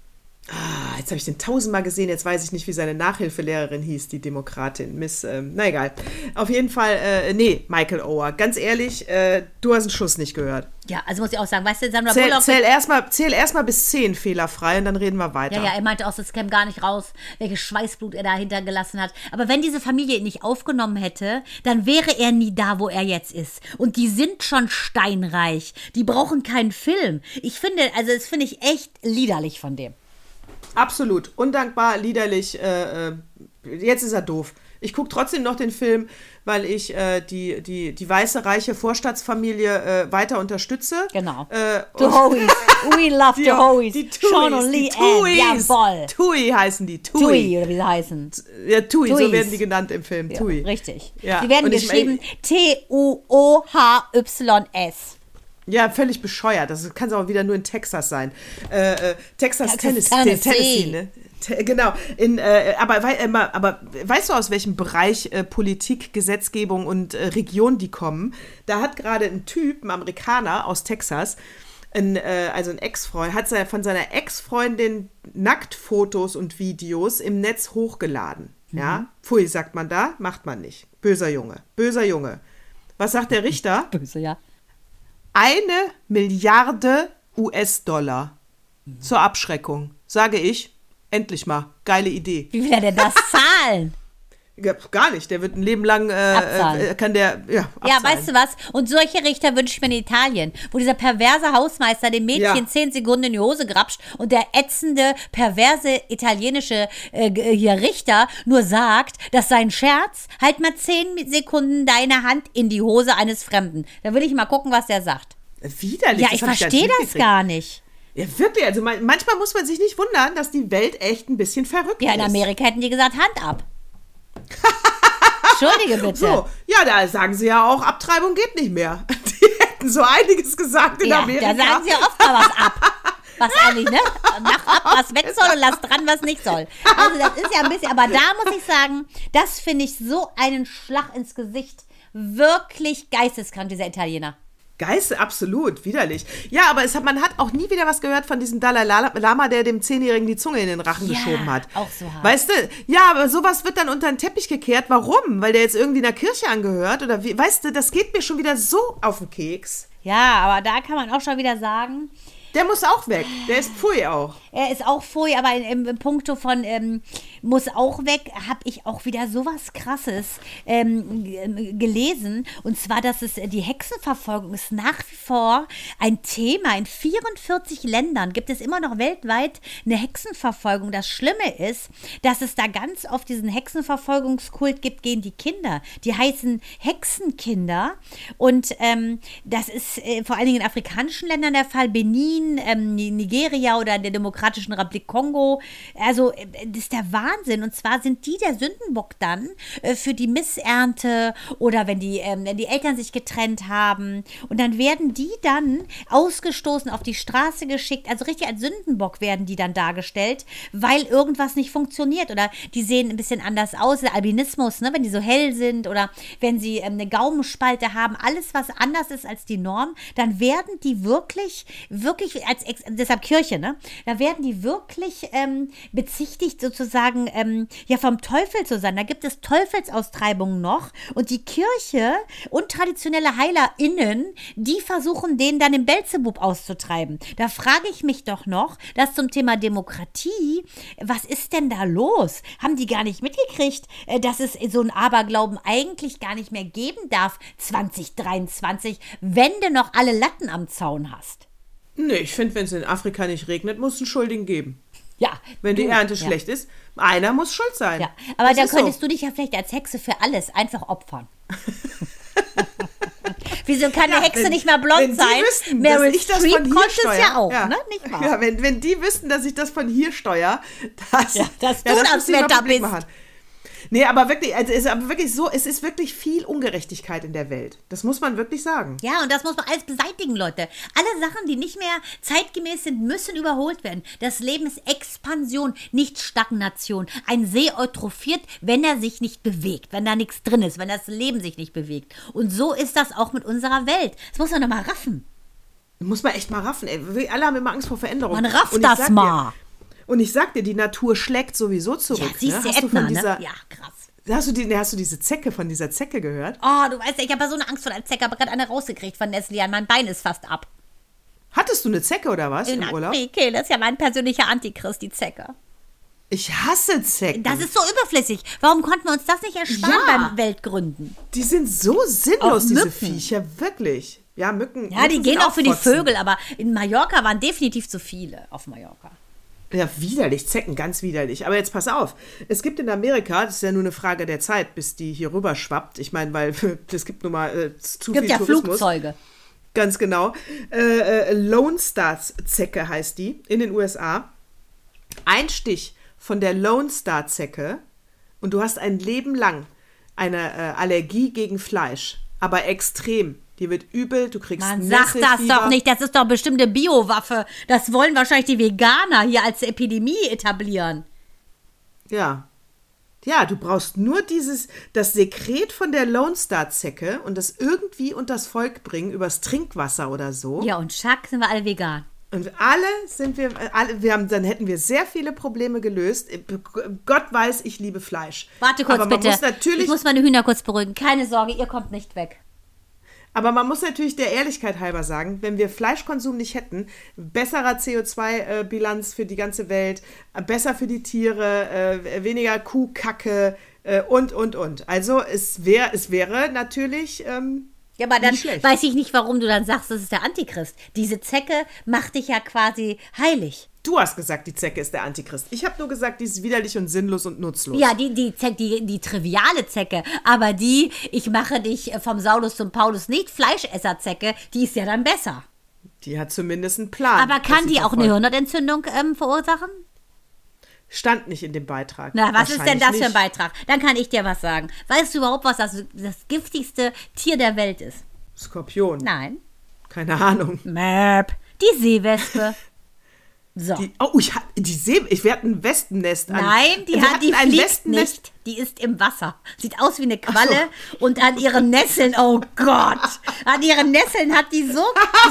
ah, jetzt habe ich den tausendmal gesehen, jetzt weiß ich nicht, wie seine Nachhilfelehrerin hieß, die Demokratin. Miss, ähm, na egal. Auf jeden Fall, äh, nee, Michael Oher. Ganz ehrlich, äh, du hast einen Schuss nicht gehört. Ja, also muss ich auch sagen, weißt du, Sandra Zähl, Bullock... zähl erstmal zähl erst mal bis zehn fehlerfrei und dann reden wir weiter. Ja, ja, er meinte auch, das käme gar nicht raus, welches Schweißblut er da hintergelassen hat. Aber wenn diese Familie ihn nicht aufgenommen hätte, dann wäre er nie da, wo er jetzt ist. Und die sind schon steinreich. Die brauchen keinen Film. Ich finde, also das finde ich echt liederlich von dem. Absolut. Undankbar, liederlich. Äh, äh, jetzt ist er doof. Ich gucke trotzdem noch den Film, weil ich äh, die, die, die weiße, reiche Vorstadtsfamilie äh, weiter unterstütze. Genau. Äh, The und- Hoies. We love Die, the Hoies. die Sean und Tuis, die Lee Ann. Tuis. Jawohl. Tui heißen die. Tui. Tui, oder wie sie heißen. Ja, Tui, so Tuis. werden die genannt im Film. Ja, Tui. richtig. Ja, Die werden und ich geschrieben mein- T U O H Y S. Ja, völlig bescheuert. Das kann es auch wieder nur in Texas sein. Äh, äh, Texas, Texas, Tennessee, Tennessee. Tennessee, ne? Te genau. In, äh, aber, wei- äh, mal- aber weißt du, aus welchem Bereich äh, Politik, Gesetzgebung und äh, Region die kommen? Da hat gerade ein Typ, ein Amerikaner aus Texas, ein, äh, also ein Ex-Freund, hat se- von seiner Ex-Freundin Nacktfotos und Videos im Netz hochgeladen. Ja? Pfui, sagt man da, macht man nicht. Böser Junge, böser Junge. Was sagt der Richter? Böse, ja. Eine Milliarde U S-Dollar zur Abschreckung. Sage ich, endlich mal. Geile Idee. Wie will er denn das zahlen? Ja, gar nicht. Der wird ein Leben lang, äh, Abzahlen. äh, kann der, ja, abzahlen. Ja, weißt du was? Und solche Richter wünsche ich mir in Italien, wo dieser perverse Hausmeister dem Mädchen Ja. zehn Sekunden in die Hose grapscht und der ätzende, perverse italienische äh, g- hier Richter nur sagt, dass sein Scherz, halt mal zehn Sekunden deine Hand in die Hose eines Fremden. Da will ich mal gucken, was der sagt. Widerlich. Ja, das ich hab gar verstehe nicht das mitgekriegt. gar nicht. Ja, wirklich. Also man, manchmal muss man sich nicht wundern, dass die Welt echt ein bisschen verrückt Ja, ist. in Amerika hätten die gesagt, Hand ab. Entschuldige bitte. So, ja, da sagen sie ja auch, Abtreibung geht nicht mehr. Die hätten so einiges gesagt in Ja, Amerika. da sagen sie ja oft mal was ab. Was eigentlich, ne? Mach ab, was weg soll und lass dran, was nicht soll. Also das ist ja ein bisschen, aber da muss ich sagen, das finde ich so einen Schlag ins Gesicht. Wirklich geisteskrank, dieser Italiener. Geist, absolut, widerlich. Ja, aber es hat, man hat auch nie wieder was gehört von diesem Dalai Lama, der dem Zehnjährigen die Zunge in den Rachen Ja, geschoben hat. auch so hart. Weißt du, ja, aber sowas wird dann unter den Teppich gekehrt. Warum? Weil der jetzt irgendwie einer Kirche angehört? Oder wie? Weißt du, das geht mir schon wieder so auf den Keks. Ja, aber da kann man auch schon wieder sagen, Der muss auch weg. Der ist pfui auch. er ist auch voll, aber in, im Punkto von ähm, muss auch weg, habe ich auch wieder sowas Krasses ähm, g- gelesen. Und zwar, dass es die Hexenverfolgung ist nach wie vor ein Thema. In vierundvierzig Ländern gibt es immer noch weltweit eine Hexenverfolgung. Das Schlimme ist, dass es da ganz oft diesen Hexenverfolgungskult gibt gegen die Kinder. Die heißen Hexenkinder. Und ähm, das ist äh, vor allen Dingen in afrikanischen Ländern der Fall. Benin, ähm, Nigeria oder der Demokratischen Demokratischen Republik Kongo. Also das ist der Wahnsinn. Und zwar sind die der Sündenbock dann äh, für die Missernte oder wenn die, ähm, wenn die Eltern sich getrennt haben. Und dann werden die dann ausgestoßen, auf die Straße geschickt. Also richtig als Sündenbock werden die dann dargestellt, weil irgendwas nicht funktioniert. Oder die sehen ein bisschen anders aus. Der Albinismus, ne? Wenn die so hell sind oder wenn sie ähm, eine Gaumenspalte haben. Alles, was anders ist als die Norm, dann werden die wirklich, wirklich als, Ex deshalb Kirche, ne? Da werden die wirklich ähm, bezichtigt sozusagen, ähm, ja vom Teufel zu sein. Da gibt es Teufelsaustreibungen noch und die Kirche und traditionelle HeilerInnen, die versuchen, den dann im Belzebub auszutreiben. Da frage ich mich doch noch, dass zum Thema Demokratie, was ist denn da los? Haben die gar nicht mitgekriegt, äh, dass es so ein Aberglauben eigentlich gar nicht mehr geben darf, zwanzig dreiundzwanzig, wenn du noch alle Latten am Zaun hast? Nee, ich finde, wenn es in Afrika nicht regnet, muss es einen Schuldigen geben. Ja. Wenn die du, Ernte ja. schlecht ist, einer muss schuld sein. Ja, aber das da ist könntest so. du dich ja vielleicht als Hexe für alles einfach opfern. Wieso kann eine Ja, Hexe wenn- nicht mal blond wenn die sein? wüssten, Meryl dass ich das Streep von hier konnte es steuer. ja auch, Ja. ne? Nicht wahr? Ja, wenn, wenn die wüssten, dass ich das von hier steuere, das, Ja, dass du das das müssen die mal Wetter publik bist. machen. Nee, aber wirklich, also es ist aber wirklich so, es ist wirklich viel Ungerechtigkeit in der Welt. Das muss man wirklich sagen. Ja, und das muss man alles beseitigen, Leute. Alle Sachen, die nicht mehr zeitgemäß sind, müssen überholt werden. Das Leben ist Expansion, nicht Stagnation. Ein See eutrophiert, wenn er sich nicht bewegt, wenn da nichts drin ist, wenn das Leben sich nicht bewegt. Und so ist das auch mit unserer Welt. Das muss man doch mal raffen. Muss man echt mal raffen. Ey. Wir alle haben immer Angst vor Veränderung. Man rafft Und ich das sag mal. Dir, und ich sag dir, die Natur schlägt sowieso zurück. Ja, siehst ne? du, Hast du Ätna, von dieser, ne? Ja, krass. Hast du, die, hast du diese Zecke von dieser Zecke gehört? Oh, du weißt ja, ich habe ja so eine Angst vor der Zecke. Ich habe gerade eine rausgekriegt von Nestle. Mein Bein ist fast ab. Hattest du eine Zecke oder was im Urlaub? Okay, das ist ja mein persönlicher Antichrist, die Zecke. Ich hasse Zecken. Das ist so überflüssig. Warum konnten wir uns das nicht ersparen Ja. beim Weltgründen? Die sind so sinnlos, Auch diese Mücken. Viecher, wirklich. Ja, Mücken. Ja, die Mücken gehen sind auch für die Fotzen. Vögel, aber in Mallorca waren definitiv zu viele auf Mallorca. Ja, widerlich, Zecken, ganz widerlich. Aber jetzt pass auf, es gibt in Amerika, das ist ja nur eine Frage der Zeit, bis die hier rüber schwappt. Ich meine, weil es gibt nun mal äh, zu Es gibt viel ja Tourismus. Flugzeuge. Ganz genau. Äh, äh, Lone Star Zecke heißt die in den U S A. Ein Stich von der Lone Star Zecke und du hast ein Leben lang eine äh, Allergie gegen Fleisch, aber extrem. Die wird übel, du kriegst Man sagt das Nesselfieber. doch nicht, das ist doch bestimmt eine Biowaffe. Das wollen wahrscheinlich die Veganer hier als Epidemie etablieren. Ja. Ja, du brauchst nur dieses, das Sekret von der Lone Star Zecke und das irgendwie unters Volk bringen, übers Trinkwasser oder so. Ja, und schack, sind wir alle vegan. Und alle sind wir, alle, wir haben, dann hätten wir sehr viele Probleme gelöst. Gott weiß, ich liebe Fleisch. Warte kurz, aber man bitte. Muss natürlich, Ich muss meine Hühner kurz beruhigen. Keine Sorge, ihr kommt nicht weg. aber man muss natürlich der Ehrlichkeit halber sagen, wenn wir Fleischkonsum nicht hätten, besserer C O zwei Bilanz für die ganze Welt, besser für die Tiere, äh, weniger Kuhkacke äh, und, und, und. Also es, wär, es wäre natürlich ähm, Ja, aber dann nicht schlecht. weiß ich nicht, warum du dann sagst, das ist der Antichrist. Diese Zecke macht dich ja quasi heilig. Du hast gesagt, die Zecke ist der Antichrist. Ich habe nur gesagt, die ist widerlich und sinnlos und nutzlos. Ja, die, die, Zecke, die, die triviale Zecke. Aber die, ich mache dich vom Saulus zum Paulus nicht, Fleischesser-Zecke, die ist ja dann besser. Die hat zumindest einen Plan. Aber kann was sie die auch eine verfolgt. Hirnentzündung ähm, verursachen? Stand nicht in dem Beitrag. Na, was ist denn Wahrscheinlich das für ein nicht. Beitrag? Dann kann ich dir was sagen. Weißt du überhaupt, was das, das giftigste Tier der Welt ist? Skorpion. Nein. Keine Ahnung. Möp. Die Seewespe. So. Die, oh, ich, ha- die See, ich werde ein Wespennest an. Nein, die, Wir hat, hatten die ein fliegt Wespennest. nicht. Die ist im Wasser. Sieht aus wie eine Qualle und an ihren Nesseln, oh Gott, an ihren Nesseln hat die so,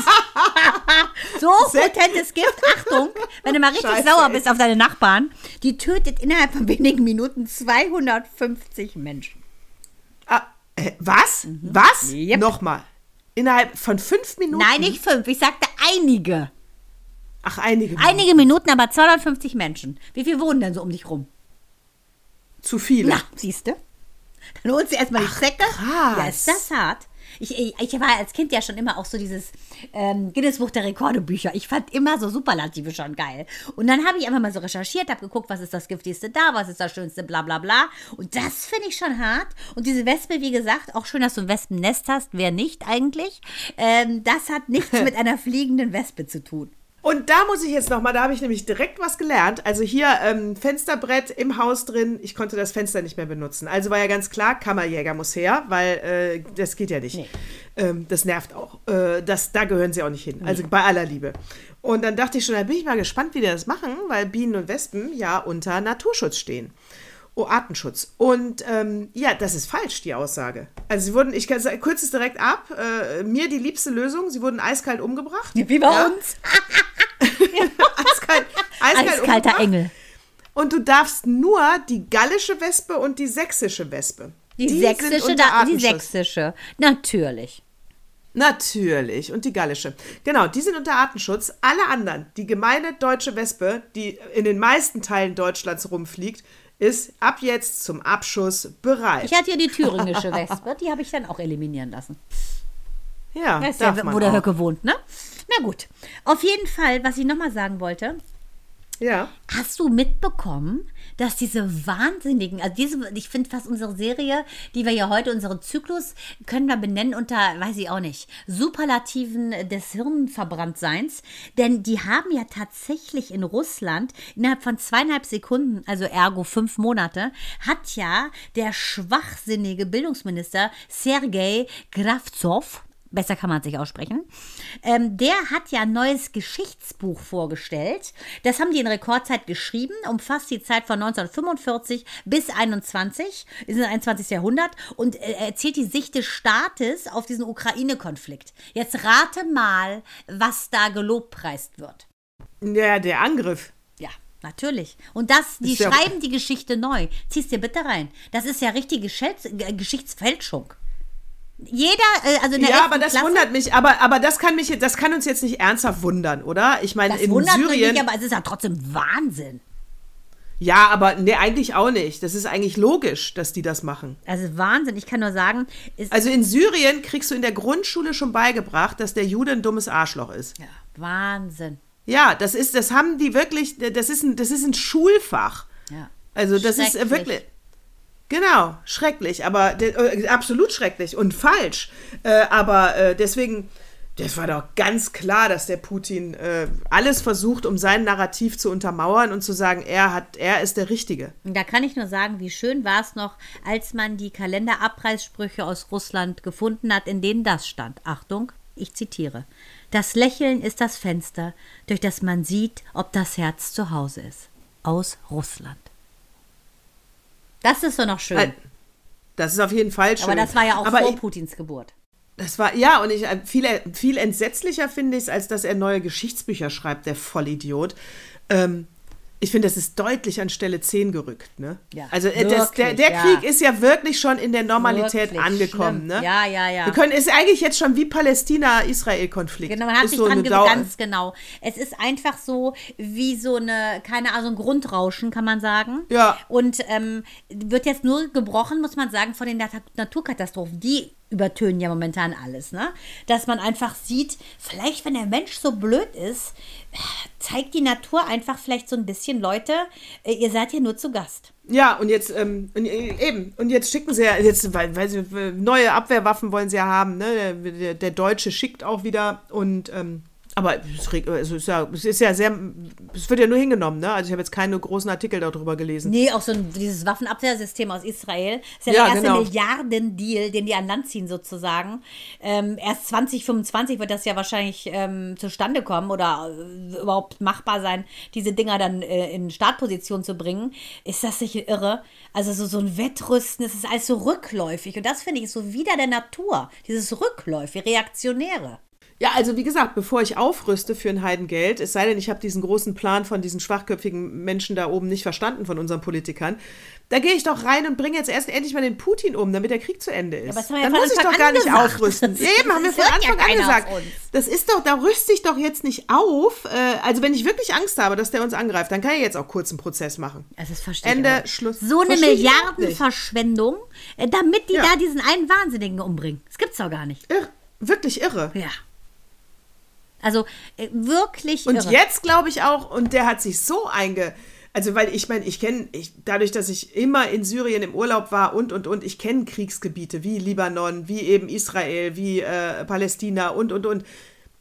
so potentes Gift. Achtung, wenn du mal richtig Scheiße, sauer ey. bist auf deine Nachbarn, die tötet innerhalb von wenigen Minuten zweihundertfünfzig Menschen. Ah, äh, was? Was? Mhm. Yep. Nochmal. Innerhalb von fünf Minuten? Nein, nicht fünf, ich sagte einige. Ach, einige. Einige Minuten, aber zweihundertfünfzig Menschen. Wie viel wohnen denn so um dich rum? Zu viele. Na, siehst du? Dann holst du erstmal die Zecke. krass. Ja, ist das hart. Ich, ich, ich war als Kind ja schon immer auch so dieses ähm, Guinness-Buch der Rekorde-Bücher. Ich fand immer so Superlative schon geil. Und dann habe ich einfach mal so recherchiert, habe geguckt, was ist das Giftigste da, was ist das Schönste, bla bla bla. Und das finde ich schon hart. Und diese Wespe, wie gesagt, auch schön, dass du ein Wespennest hast. Wer nicht eigentlich? Ähm, das hat nichts mit einer fliegenden Wespe zu tun. Und da muss ich jetzt nochmal, da habe ich nämlich direkt was gelernt. Also hier ähm, Fensterbrett im Haus drin, ich konnte das Fenster nicht mehr benutzen. Also war ja ganz klar, Kammerjäger muss her, weil äh, das geht ja nicht. Nee. Ähm, das nervt auch. Äh, das, da gehören sie auch nicht hin. Also nee. Bei aller Liebe. Und dann dachte ich schon, da bin ich mal gespannt, wie die das machen, weil Bienen und Wespen ja unter Naturschutz stehen. Oh, Artenschutz. Und ähm, ja, das ist falsch, die Aussage. Also sie wurden, ich kürze es direkt ab, äh, mir die liebste Lösung, sie wurden eiskalt umgebracht. Wie bei ja. uns. eiskalt, eiskalt Eiskalter umgebracht. Engel. Und du darfst nur die gallische Wespe und die sächsische Wespe. Die, die sächsische, da, die sächsische, natürlich. Natürlich. Und die gallische. Genau, die sind unter Artenschutz. Alle anderen, die gemeine deutsche Wespe, die in den meisten Teilen Deutschlands rumfliegt, ist ab jetzt zum Abschuss bereit. Ich hatte ja die thüringische Wespe, die habe ich dann auch eliminieren lassen. Ja, das ist ja, wo der Höcke wohnt, ne? Na gut. Auf jeden Fall, was ich nochmal sagen wollte. Ja. Hast du mitbekommen, dass diese wahnsinnigen, also diese, ich finde fast unsere Serie, die wir ja heute, unseren Zyklus, können wir benennen unter, weiß ich auch nicht, Superlativen des Hirnverbranntseins, denn die haben ja tatsächlich in Russland innerhalb von zweieinhalb Sekunden, also ergo fünf Monate, hat ja der schwachsinnige Bildungsminister Sergei Kravtsov, besser kann man es nicht aussprechen, ähm, der hat ja ein neues Geschichtsbuch vorgestellt. Das haben die in Rekordzeit geschrieben, umfasst die Zeit von neunzehnhundertfünfundvierzig bis einundzwanzig, ist das einundzwanzigste Jahrhundert und äh, erzählt die Sicht des Staates auf diesen Ukraine-Konflikt. Jetzt rate mal, was da gelobpreist wird. Ja, der Angriff. Ja, natürlich. Und das, die schreiben die Geschichte neu. Zieh's dir bitte rein. Das ist ja richtige Schel- Geschichtsfälschung. Jeder, also in der ja, aber das Klasse, wundert mich, aber, aber das kann mich, das kann uns jetzt nicht ernsthaft wundern, oder? Ich meine, in wundert Syrien. Mich nicht, aber es ist ja trotzdem Wahnsinn. Ja, aber nee, eigentlich auch nicht. Das ist eigentlich logisch, dass die das machen. Also Wahnsinn, ich kann nur sagen. Ist also in Syrien kriegst du in der Grundschule schon beigebracht, dass der Jude ein dummes Arschloch ist. Ja, Wahnsinn. Ja, das ist, das haben die wirklich, das ist ein, das ist ein Schulfach. Ja. Also das ist wirklich. Genau, schrecklich, aber äh, absolut schrecklich und falsch. Äh, aber äh, deswegen, das war doch ganz klar, dass der Putin äh, alles versucht, um sein Narrativ zu untermauern und zu sagen, er hat, er ist der Richtige. Da kann ich nur sagen, wie schön war es noch, als man die Kalenderabreißsprüche aus Russland gefunden hat, in denen das stand. Achtung, ich zitiere. Das Lächeln ist das Fenster, durch das man sieht, ob das Herz zu Hause ist. Aus Russland. Das ist doch noch schön. Das ist auf jeden Fall schön. Aber das war ja auch Aber vor ich, Putins Geburt. Das war, ja, und ich, viel, viel entsetzlicher finde ich es, als dass er neue Geschichtsbücher schreibt, der Vollidiot. Ähm, ich finde, das ist deutlich an Stelle zehn gerückt, ne? Ja, also das, der, der ja. Krieg ist ja wirklich schon in der Normalität wirklich angekommen, schlimm. ne? Ja, ja, ja. Wir können, ist eigentlich jetzt schon wie Palästina-Israel-Konflikt. Genau, man hat ist sich so dran eine gewöhnt, Dauer- ganz genau. Es ist einfach so wie so eine, keine Ahnung, ein Grundrauschen, kann man sagen. Ja. Und ähm, wird jetzt nur gebrochen, muss man sagen, von den Nat- Naturkatastrophen. Die übertönen ja momentan alles, ne? Dass man einfach sieht, vielleicht, wenn der Mensch so blöd ist, zeigt die Natur einfach vielleicht so ein bisschen, Leute, ihr seid ja nur zu Gast. Ja, und jetzt, ähm, und, eben, und jetzt schicken sie ja, jetzt, weil, weil sie neue Abwehrwaffen wollen sie ja haben, ne? Der, der, der Deutsche schickt auch wieder und, ähm, aber es, also es, ist ja, es ist ja sehr, es wird ja nur hingenommen, ne? Also ich habe jetzt keine großen Artikel darüber gelesen. Nee, auch so ein, dieses Waffenabwehrsystem aus Israel ist ja, Ja, der erste genau. Milliardendeal, den die an Land ziehen sozusagen. Ähm, erst zwanzig fünfundzwanzig wird das ja wahrscheinlich ähm, zustande kommen oder äh, überhaupt machbar sein, diese Dinger dann äh, in Startposition zu bringen. Ist das nicht irre? Also so, so ein Wettrüsten, das ist alles so rückläufig und das finde ich ist so wieder der Natur, dieses Rückläufige, Reaktionäre. Ja, also wie gesagt, bevor ich aufrüste für ein Heidengeld, es sei denn, ich habe diesen großen Plan von diesen schwachköpfigen Menschen da oben nicht verstanden von unseren Politikern, da gehe ich doch rein und bringe jetzt erst endlich mal den Putin um, damit der Krieg zu Ende ist. Ja, aber das haben wir Dann ja von muss ich Anfang doch gar an nicht gesagt. aufrüsten. Ja, eben, haben wir Das von hört ja Anfang an keiner gesagt. auf uns. Das ist doch, da rüste ich doch jetzt nicht auf. Äh, also wenn ich wirklich Angst habe, dass der uns angreift, dann kann ich jetzt auch kurz einen Prozess machen. Also das verstehe ich Ende, aber. Schluss. So eine Verstehe ich überhaupt nicht. Milliardenverschwendung, äh, damit die Ja. da diesen einen Wahnsinnigen umbringen. Das gibt's doch gar nicht. Irr, wirklich irre. Ja. Also äh, wirklich Und irre. jetzt glaube ich auch, und der hat sich so einge... Also, weil ich meine, ich kenne, ich, dadurch, dass ich immer in Syrien im Urlaub war und, und, und, ich kenne Kriegsgebiete wie Libanon, wie eben Israel, wie äh, Palästina und, und, und.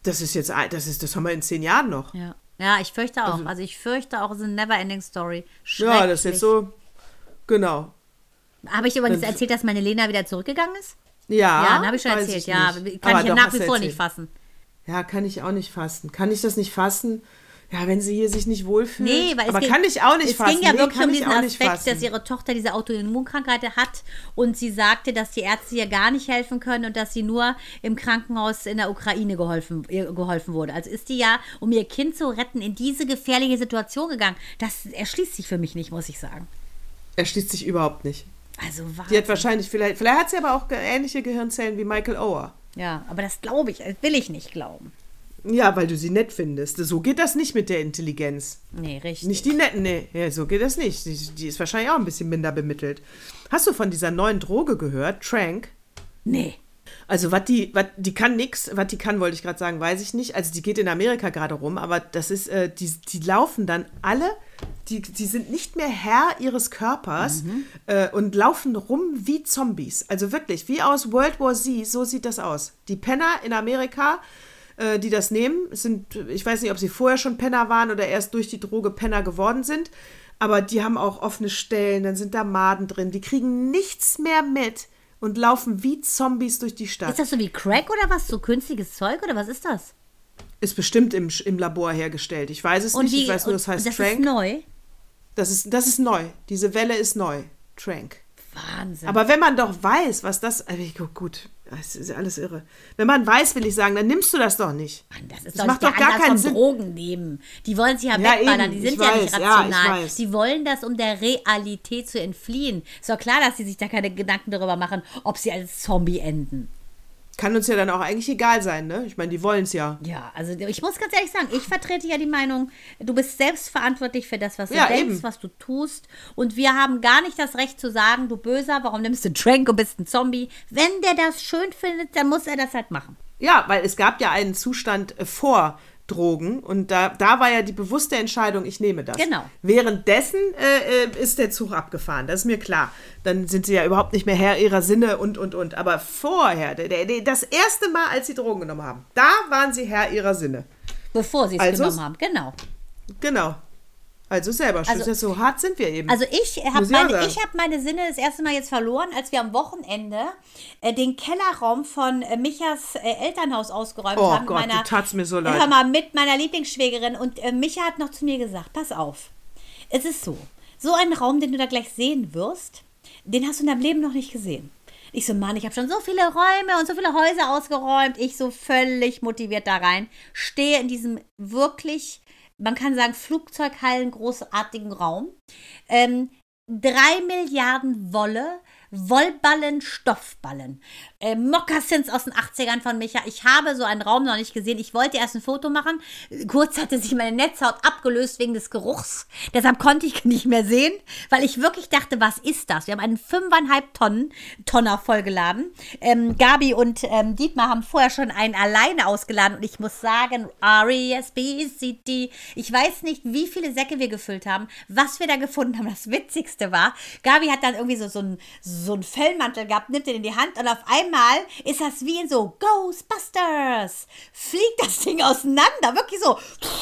das ist jetzt, das ist, das haben wir in zehn Jahren noch. Ja, ja ich fürchte auch. Also, also ich fürchte auch, es ist eine never-ending Story. Ja, das ist jetzt so, genau. Habe ich übrigens erzählt, dass meine Lena wieder zurückgegangen ist? Ja, ja, dann habe ich schon erzählt. Ich ja, kann aber ich ja nach wie vor nicht fassen. Ja, kann ich auch nicht fassen. Kann ich das nicht fassen? Ja, wenn sie hier sich nicht wohlfühlt. Nee, weil aber es ging, kann ich auch nicht es fassen. Es ging ja nee, wirklich um diesen Aspekt, fassen. dass ihre Tochter diese Autoimmunkrankheit hat und sie sagte, dass die Ärzte ihr gar nicht helfen können und dass sie nur im Krankenhaus in der Ukraine geholfen, ihr geholfen wurde. Also ist die ja, um ihr Kind zu retten, in diese gefährliche Situation gegangen. Das erschließt sich für mich nicht, muss ich sagen. Erschließt sich überhaupt nicht. Also Wahnsinn. Die hat wahrscheinlich, vielleicht, vielleicht hat sie aber auch ähnliche Gehirnzellen wie Michael Oher. Ja, aber das glaube ich, das will ich nicht glauben. Ja, weil du sie nett findest. So geht das nicht mit der Intelligenz. Nee, richtig. Nicht die netten, nee. Ja, so geht das nicht. Die, die ist wahrscheinlich auch ein bisschen minder bemittelt. Hast du von dieser neuen Droge gehört? Trank? Nee. Also, was die, was, die kann nix. Was die kann, wollte ich gerade sagen, weiß ich nicht. Also, die geht in Amerika gerade rum, aber das ist, äh, die, die laufen dann alle, die, die sind nicht mehr Herr ihres Körpers mhm. äh, und laufen rum wie Zombies. Also wirklich, wie aus World War Z, so sieht das aus. Die Penner in Amerika, die das nehmen, sind, ich weiß nicht, ob sie vorher schon Penner waren oder erst durch die Droge Penner geworden sind, aber die haben auch offene Stellen, dann sind da Maden drin, die kriegen nichts mehr mit und laufen wie Zombies durch die Stadt. Ist das so wie Crack oder was? So künstliches Zeug oder was ist das? Ist bestimmt im, im Labor hergestellt. Ich weiß es und nicht, wie, ich weiß nur, das heißt das Trank. Das ist neu? Das ist, das ist neu. Diese Welle ist neu. Trank. Wahnsinn. Aber wenn man doch weiß, was das... Gut, das ist alles irre. Wenn man weiß, will ich sagen, dann nimmst du das doch nicht. Mann, das ist das doch macht nicht doch gar keinen Sinn. Drogen nehmen. Die wollen sich ja, ja wegballern, die sind ich ja weiß, nicht rational. Ja, ich weiß. Die wollen das, um der Realität zu entfliehen. Ist doch klar, dass sie sich da keine Gedanken darüber machen, ob sie als Zombie enden. Kann uns ja dann auch eigentlich egal sein, ne? Ich meine, die wollen es ja. Ja, also ich muss ganz ehrlich sagen, ich vertrete ja die Meinung, du bist selbst verantwortlich für das, was du ja, denkst, eben. was du tust. Und wir haben gar nicht das Recht zu sagen, du Böser, warum nimmst du Trank und bist ein Zombie? Wenn der das schön findet, dann muss er das halt machen. Ja, weil es gab ja einen Zustand äh, vor Drogen und da, da war ja die bewusste Entscheidung, ich nehme das. Genau. Währenddessen äh, ist der Zug abgefahren, das ist mir klar. Dann sind sie ja überhaupt nicht mehr Herr ihrer Sinne und, und, und. Aber vorher, der, der, das erste Mal, als sie Drogen genommen haben, da waren sie Herr ihrer Sinne. Bevor sie es also, genommen haben, genau. Genau. Also selber, also, so hart sind wir eben. Also ich habe meine, hab meine Sinne das erste Mal jetzt verloren, als wir am Wochenende äh, den Kellerraum von äh, Michas äh, Elternhaus ausgeräumt oh haben. Gott, meiner, du tat's mir so leid. Hör mal, mit meiner Lieblingsschwägerin. Und äh, Micha hat noch zu mir gesagt, pass auf, es ist so, so einen Raum, den du da gleich sehen wirst, den hast du in deinem Leben noch nicht gesehen. Ich so, Mann, ich habe schon so viele Räume und so viele Häuser ausgeräumt. Ich so völlig motiviert da rein, stehe in diesem wirklich... Man kann sagen, Flugzeughallen, großartigen Raum. Ähm, drei Milliarden Wolle, Wollballen, Stoffballen. Äh, Mokassins aus den achtzigern von Micha. Ich habe so einen Raum noch nicht gesehen. Ich wollte erst ein Foto machen. Kurz hatte sich meine Netzhaut abgelöst wegen des Geruchs. Deshalb konnte ich nicht mehr sehen, weil ich wirklich dachte, was ist das? Wir haben einen fünfeinhalb Tonnen Tonner vollgeladen. Ähm, Gabi und ähm, Dietmar haben vorher schon einen alleine ausgeladen. Und ich muss sagen, R E S B C D. Ich weiß nicht, wie viele Säcke wir gefüllt haben, was wir da gefunden haben. Das Witzigste war, Gabi hat dann irgendwie so, so ein so einen Fellmantel gehabt, nimmt den in die Hand und auf einmal ist das wie in so Ghostbusters. Fliegt das Ding auseinander, wirklich so.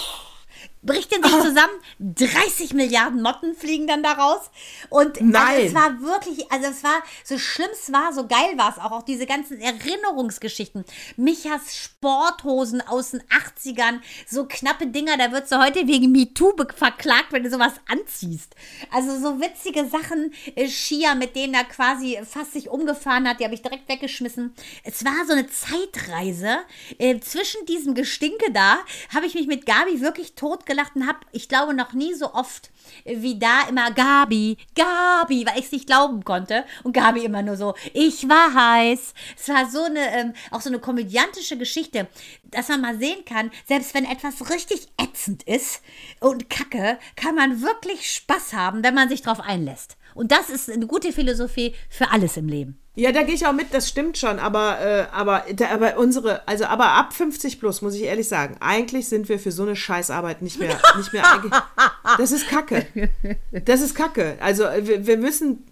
Bricht in sich zusammen, dreißig Milliarden Motten fliegen dann daraus. Und Nein. Also es war wirklich, also es war, so schlimm es war, so geil war es auch, auch diese ganzen Erinnerungsgeschichten. Michas Sporthosen aus den achtzigern, so knappe Dinger, da wird sie heute wegen MeToo verklagt, wenn du sowas anziehst. Also so witzige Sachen, äh, Skier, mit denen er quasi fast sich umgefahren hat, die habe ich direkt weggeschmissen. Es war so eine Zeitreise. Äh, zwischen diesem Gestinke da habe ich mich mit Gabi wirklich tot gelacht und habe, ich glaube, noch nie so oft wie da immer Gabi, Gabi, weil ich es nicht glauben konnte. Und Gabi immer nur so, ich war heiß. Es war so eine, ähm, auch so eine komödiantische Geschichte, dass man mal sehen kann, selbst wenn etwas richtig ätzend ist und kacke, kann man wirklich Spaß haben, wenn man sich drauf einlässt. Und das ist eine gute Philosophie für alles im Leben. Ja, da gehe ich auch mit, das stimmt schon, aber, äh, aber, da, aber unsere, also aber ab fünfzig plus, muss ich ehrlich sagen, eigentlich sind wir für so eine Scheißarbeit nicht mehr, nicht mehr, das ist Kacke. Das ist Kacke. Also wir, wir müssen,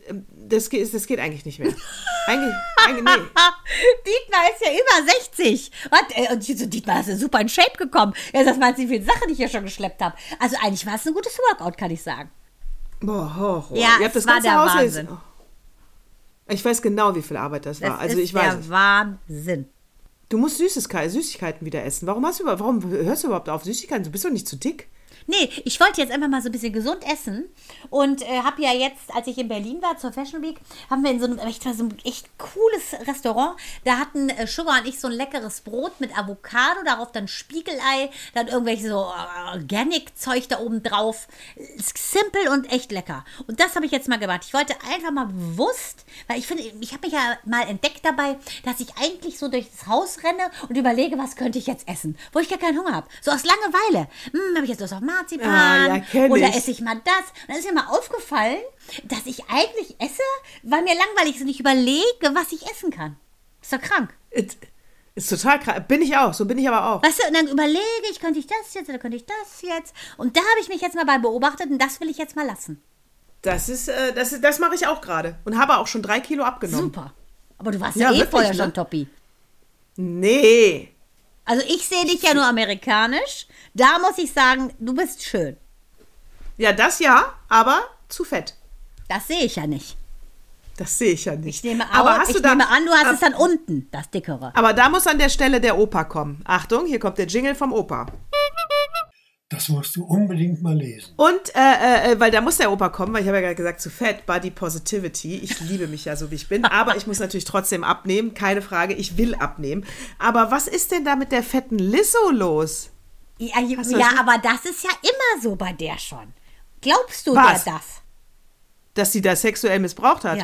das, geht, das geht eigentlich nicht mehr. Eigentlich, eigentlich nee. Dietmar ist ja über sechzig. Was? Äh, Und ich so, Dietmar, ist ja super in Shape gekommen. Ja, das meinst du, wie viele Sachen ich hier schon geschleppt habe. Also eigentlich war es ein gutes Workout, kann ich sagen. Boah, ho, ho. Ja, Ihr habt es das war ganze der Haus Wahnsinn. jetzt- Ich weiß genau, wie viel Arbeit das war. Das also ist ich weiß der es. Wahnsinn. Du musst Süßigkeiten, Süßigkeiten wieder essen. Warum, hast du, über- warum hörst du überhaupt auf Süßigkeiten? Du bist doch nicht zu dick. Nee, ich wollte jetzt einfach mal so ein bisschen gesund essen und äh, habe ja jetzt, als ich in Berlin war zur Fashion Week, haben wir in so einem echt, so einem echt cooles Restaurant, da hatten äh, Sugar und ich so ein leckeres Brot mit Avocado, darauf dann Spiegelei, dann irgendwelche so äh, Organic-Zeug da oben drauf. Simpel und echt lecker. Und das habe ich jetzt mal gemacht. Ich wollte einfach mal bewusst, weil ich finde, ich habe mich ja mal entdeckt dabei, dass ich eigentlich so durch das Haus renne und überlege, was könnte ich jetzt essen, wo ich gar keinen Hunger habe. So aus Langeweile. Hm, habe ich jetzt Lust auf Marzipan? Ah, ja, kenn oder ich. esse ich mal das? Und dann ist mir mal aufgefallen, dass ich eigentlich esse, weil mir langweilig ist und ich überlege, was ich essen kann. Ist doch krank. Ist, ist total krass. Bin ich auch. So bin ich aber auch. Weißt du, und dann überlege ich, könnte ich das jetzt oder könnte ich das jetzt? Und da habe ich mich jetzt mal bei beobachtet und das will ich jetzt mal lassen. Das ist, äh, das, ist- das mache ich auch gerade. Und habe auch schon drei Kilo abgenommen. Super. Aber du warst Ja, ja, eh wirklich, vorher ne? schon Toppi. Nee. Also ich sehe dich ja nur amerikanisch. Da muss ich sagen, du bist schön. Ja, das ja, aber zu fett. Das sehe ich ja nicht. Das sehe ich ja nicht. Ich nehme, aber au- hast ich du da, nehme an, du hast ab- es dann unten, das Dickere. Aber da muss an der Stelle der Opa kommen. Achtung, hier kommt der Jingle vom Opa. Das musst du unbedingt mal lesen. Und, äh, äh, weil da muss der Opa kommen, weil ich habe ja gerade gesagt, zu fett, Body Positivity. Ich liebe mich ja so, wie ich bin. Aber ich muss natürlich trotzdem abnehmen, keine Frage. Ich will abnehmen. Aber was ist denn da mit der fetten Lizzo los? Ja, Hast du ja das- aber das ist ja immer so bei der schon. Glaubst du Was? der das? Dass sie da sexuell missbraucht hat? Ja.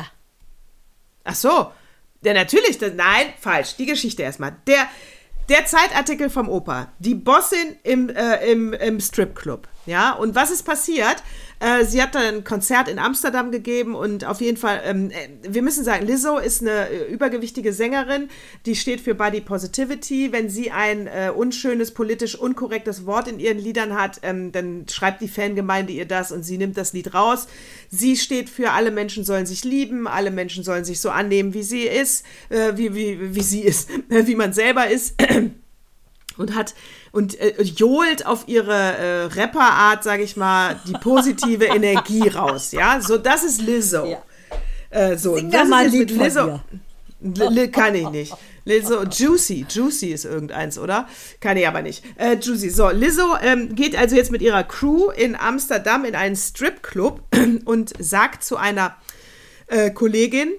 Ach so. Ja, natürlich. Das, nein, falsch. Die Geschichte erstmal. Der, der Zeitartikel vom Opa. Die Bossin im, äh, im, im Stripclub. Ja, und was ist passiert? Äh, sie hat da ein Konzert in Amsterdam gegeben und auf jeden Fall, ähm, äh, wir müssen sagen, Lizzo ist eine äh, übergewichtige Sängerin, die steht für Body Positivity. Wenn sie ein äh, unschönes, politisch unkorrektes Wort in ihren Liedern hat, ähm, dann schreibt die Fangemeinde ihr das und sie nimmt das Lied raus. Sie steht für alle Menschen sollen sich lieben, alle Menschen sollen sich so annehmen, wie sie ist, äh, wie, wie, wie sie ist, wie man selber ist. Und hat und äh, johlt auf ihre äh, Rapperart, sage ich mal, die positive Energie raus, ja, so das ist Lizzo. Ja. Äh, so, Sing das doch mal ist ein jetzt Lied mit von Lizzo. Li- li- kann ich nicht. Lizzo, Juicy, Juicy ist irgendeins, oder? Kann ich aber nicht. Äh, Juicy. So, Lizzo ähm, geht also jetzt mit ihrer Crew in Amsterdam in einen Stripclub und sagt zu einer äh, Kollegin,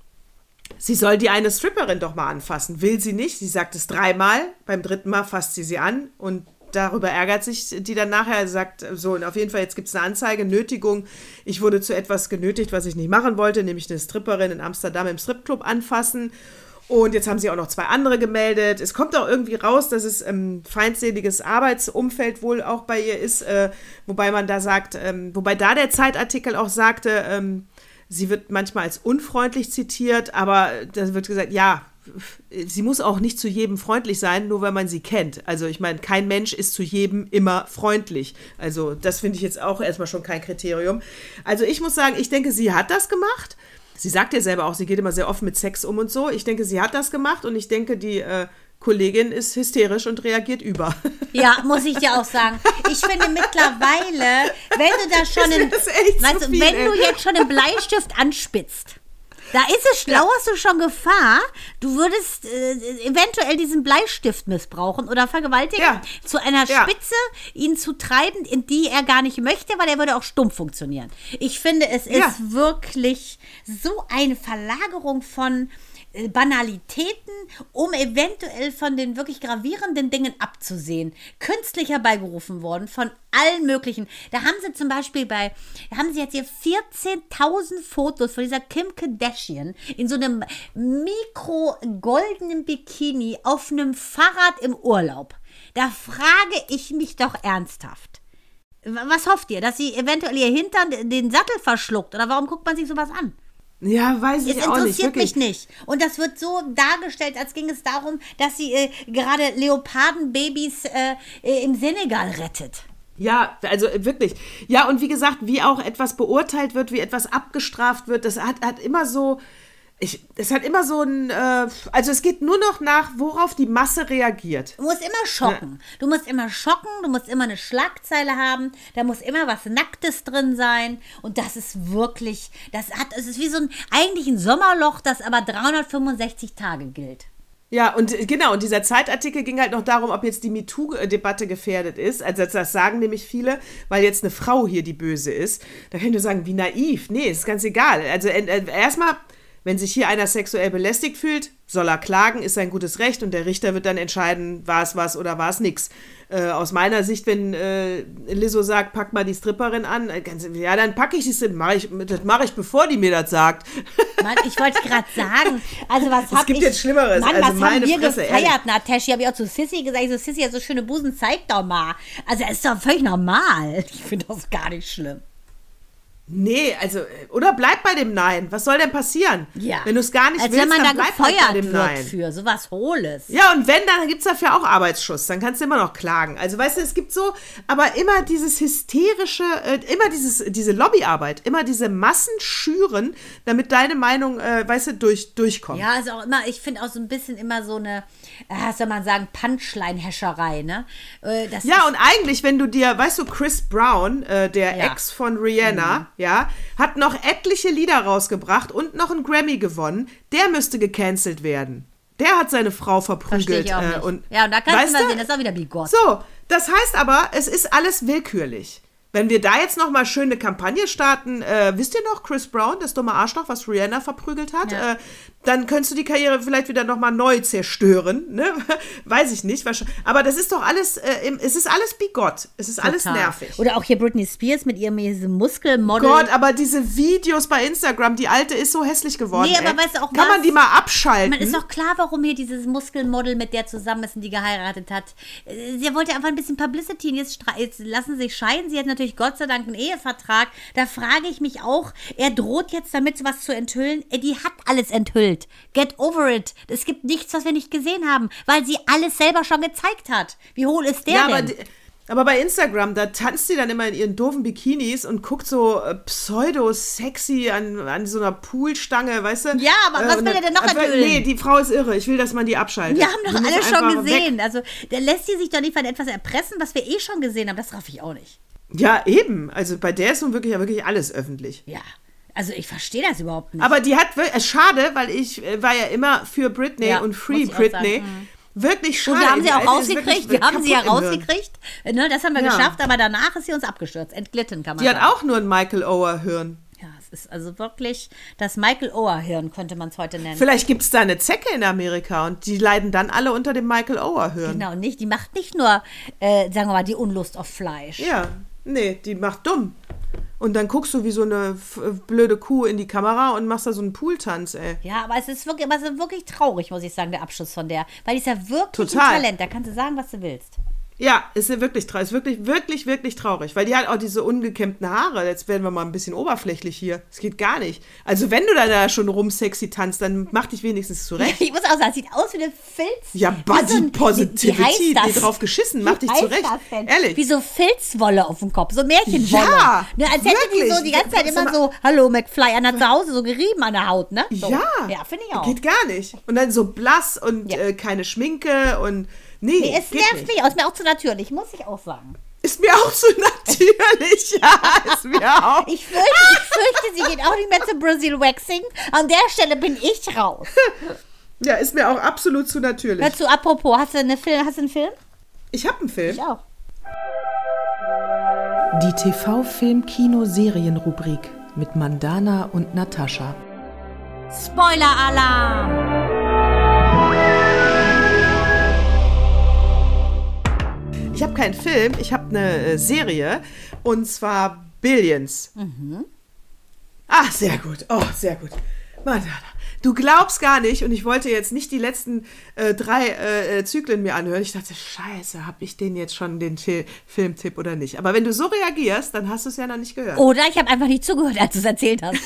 sie soll die eine Stripperin doch mal anfassen. Will sie nicht. Sie sagt es dreimal. Beim dritten Mal fasst sie sie an und darüber ärgert sich die dann nachher. Sagt so, und auf jeden Fall, jetzt gibt es eine Anzeige, Nötigung. Ich wurde zu etwas genötigt, was ich nicht machen wollte, nämlich eine Stripperin in Amsterdam im Stripclub anfassen. Und jetzt haben sie auch noch zwei andere gemeldet. Es kommt auch irgendwie raus, dass es ähm, feindseliges Arbeitsumfeld wohl auch bei ihr ist, äh, wobei man da sagt, ähm, wobei da der Zeitartikel auch sagte, ähm, sie wird manchmal als unfreundlich zitiert, aber da wird gesagt, ja, sie muss auch nicht zu jedem freundlich sein, nur weil man sie kennt. Also ich meine, kein Mensch ist zu jedem immer freundlich. Also das finde ich jetzt auch erstmal schon kein Kriterium. Also ich muss sagen, ich denke, sie hat das gemacht. Sie sagt ja selber auch, sie geht immer sehr offen mit Sex um und so. Ich denke, sie hat das gemacht und ich denke, die äh, Kollegin ist hysterisch und reagiert über. Ja, muss ich dir auch sagen. Ich finde mittlerweile, wenn du da schon Ist mir einen, das echt weißt zu du, viel, wenn ey. du jetzt schon einen Bleistift anspitzt, da ist es schlau, hast du schon Gefahr, du würdest äh, eventuell diesen Bleistift missbrauchen oder vergewaltigen, Ja. zu einer Ja. Spitze ihn zu treiben, in die er gar nicht möchte, weil er würde auch stumpf funktionieren. Ich finde, es Ja. ist wirklich so eine Verlagerung von äh, Banalitäten, um eventuell von den wirklich gravierenden Dingen abzusehen. Künstlich herbeigerufen worden von allen möglichen. Da haben sie zum Beispiel bei, da haben sie jetzt hier vierzehntausend Fotos von dieser Kim Kardashian in so einem mikro-goldenen Bikini auf einem Fahrrad im Urlaub. Da frage ich mich doch ernsthaft. Was hofft ihr, dass sie eventuell ihr Hintern den Sattel verschluckt? Oder warum guckt man sich sowas an? Ja, weiß ich Es auch nicht. interessiert Wirklich. mich nicht. Und das wird so dargestellt, als ging es darum, dass sie äh, gerade Leopardenbabys äh, äh, im Senegal rettet. Ja, also wirklich. Ja, und wie gesagt, wie auch etwas beurteilt wird, wie etwas abgestraft wird, das hat, hat immer so, ich, das hat immer so ein, äh, also es geht nur noch nach, worauf die Masse reagiert. Du musst immer schocken. Ja. Du musst immer schocken, du musst immer eine Schlagzeile haben, da muss immer was Nacktes drin sein und das ist wirklich, das hat, es ist wie so ein, eigentlich ein Sommerloch, das aber dreihundertfünfundsechzig Tage gilt. Ja, und genau, und dieser Zeitartikel ging halt noch darum, ob jetzt die MeToo-Debatte gefährdet ist. Also das sagen nämlich viele, weil jetzt eine Frau hier die Böse ist. Da kann ich nur sagen, wie naiv. Nee, ist ganz egal. Also äh, erstmal, wenn sich hier einer sexuell belästigt fühlt, soll er klagen, ist sein gutes Recht und der Richter wird dann entscheiden, war es was oder war es nix. Äh, aus meiner Sicht, wenn äh, Lizzo sagt, pack mal die Stripperin an, äh, ganz, ja, dann packe ich die Stripperin, mach ich, das mache ich, bevor die mir das sagt. Mann, ich wollte gerade sagen, also was hab es gibt ich, jetzt Schlimmeres, Mann, also was meine haben wir Fresse, gefeiert, Natascha, habe ich auch zu Sissy gesagt, ich so, Sissy hat so schöne Busen, zeig doch mal. Also es ist doch völlig normal. Ich finde das gar nicht schlimm. Nee, also, oder bleib bei dem Nein. Was soll denn passieren? Ja. Wenn du es gar nicht Als willst, wenn man dann da bleib halt gefeuert bei dem wird Nein. für sowas Hohles. Ja, und wenn, dann gibt es dafür auch Arbeitsschuss. Dann kannst du immer noch klagen. Also, weißt du, es gibt so, aber immer dieses hysterische, äh, immer dieses, diese Lobbyarbeit, immer diese Massen schüren, damit deine Meinung, äh, weißt du, durch, durchkommt. Ja, ist auch immer, ich finde auch so ein bisschen immer so eine, äh, soll man sagen, Punchline-Häscherei, ne? Äh, das Ja, ist, und eigentlich, wenn du dir, weißt du, Chris Brown, äh, der Ja. Ex von Rihanna, Mhm. ja, hat noch etliche Lieder rausgebracht und noch einen Grammy gewonnen. Der müsste gecancelt werden. Der hat seine Frau verstehe verprügelt. ich auch äh, nicht. und, Ja, und da kannst weißt du mal du? sehen, das ist auch wieder bigott. So, das heißt aber, es ist alles willkürlich. Wenn wir da jetzt noch mal schön eine Kampagne starten, äh, wisst ihr noch, Chris Brown, das dumme Arschloch, was Rihanna verprügelt hat, Ja. äh, dann könntest du die Karriere vielleicht wieder noch mal neu zerstören, ne? Weiß ich nicht. Aber das ist doch alles, äh, im, es ist alles bigott. Es ist alles Total. nervig. Oder auch hier Britney Spears mit ihrem diesem Muskelmodel. Gott, aber diese Videos bei Instagram, die alte ist so hässlich geworden. Nee, aber ey. weißt du auch Kann was? man die mal abschalten? Man ist doch klar, warum hier dieses Muskelmodel mit der zusammen ist und die geheiratet hat. Äh, Sie wollte einfach ein bisschen Publicity und jetzt, stra- jetzt lassen sie sich scheiden. Sie hat natürlich Gott sei Dank einen Ehevertrag. Da frage ich mich auch, er droht jetzt damit, was zu enthüllen. Äh, Die hat alles enthüllt. Get over it. Es gibt nichts, was wir nicht gesehen haben, weil sie alles selber schon gezeigt hat. Wie hohl ist der ja, denn? aber, die, aber bei Instagram, da tanzt sie dann immer in ihren doofen Bikinis und guckt so äh, pseudo-sexy an, an so einer Poolstange, weißt du? Ja, aber was und will dann- er denn noch aber, enthüllen? Nee, die Frau ist irre. Ich will, dass man die abschaltet. Wir haben Die doch muss alle schon einfach gesehen. weg. Also, der lässt sie sich doch nicht von etwas erpressen, was wir eh schon gesehen haben. Das raff ich auch nicht. Ja, eben. Also bei der ist nun wirklich, ja, wirklich alles öffentlich. Ja. Also, ich verstehe das überhaupt nicht. Aber die hat wirklich, äh, schade, weil ich äh, war ja immer für Britney Ja, und muss Free ich auch Britney. sagen. Wirklich schade. Und wir haben sie Die auch Alte ist rausgekriegt. wirklich Wir haben sie ja kaputt im Hirn. rausgekriegt. Ne, das haben wir Ja. geschafft, aber danach ist sie uns abgestürzt. Entglitten, kann man Die sagen. hat auch nur ein Michael Oher-Hirn. Ja, es ist also wirklich das Michael Oher-Hirn, könnte man es heute nennen. Vielleicht gibt es da eine Zecke in Amerika und die leiden dann alle unter dem Michael Oher-Hirn. Genau, nicht. Die macht nicht nur, äh, sagen wir mal, die Unlust auf Fleisch. Ja, nee, die macht dumm. Und dann guckst du wie so eine f- blöde Kuh in die Kamera und machst da so einen Pooltanz, ey. Ja, aber es ist wirklich, aber es ist wirklich traurig, muss ich sagen, der Abschluss von der. Weil die ist ja wirklich Total. ein Talent. Da kannst du sagen, was du willst. Ja, ist ja wirklich traurig. Ist wirklich, wirklich, wirklich traurig. Weil die hat auch diese ungekämmten Haare. Jetzt werden wir mal ein bisschen oberflächlich hier. Das geht gar nicht. Also, wenn du da, da schon rumsexy tanzt, dann mach dich wenigstens zurecht. Ich muss auch sagen, es sieht aus wie eine Filz. Ja, wie so Body ein- Positivity, wie- wie heißt die das? drauf geschissen, mach Wie dich heißt zurecht. das denn? Ehrlich. Wie so Filzwolle auf dem Kopf, so Märchenwolle. Ja, ne, als hätte die wirklich. so die ganze Zeit Sag immer mal- so, hallo McFly, an der zu Hause, so gerieben an der Haut, ne? So. Ja, Ja, finde ich auch. geht gar nicht. Und dann so blass und Ja. äh, keine Schminke und nee, Nee, es geht nervt nicht. mich auch, ist mir auch zu natürlich, muss ich auch sagen. Ist mir auch so natürlich. Ja, ist mir auch. Ich fürchte, ich fürchte, sie geht auch nicht mehr zu Brazil Waxing. An der Stelle bin ich raus. Ja, ist mir auch absolut zu natürlich. Hör zu, apropos, hast du, eine Film, hast du einen Film? Ich habe einen Film. Ich auch. Die T V-Film-Kino-Serien-Rubrik mit Mandana und Natascha. Spoiler-Alarm! Ich habe keinen Film, ich habe eine äh, Serie und zwar Billions. Mhm. Ah, sehr gut. Oh, sehr gut. Mandana, du glaubst gar nicht und ich wollte jetzt nicht die letzten äh, drei äh, äh, Zyklen mir anhören. Ich dachte, scheiße, habe ich den jetzt schon den Fi- Filmtipp oder nicht? Aber wenn du so reagierst, dann hast du es ja noch nicht gehört. Oder ich habe einfach nicht zugehört, als du es erzählt hast.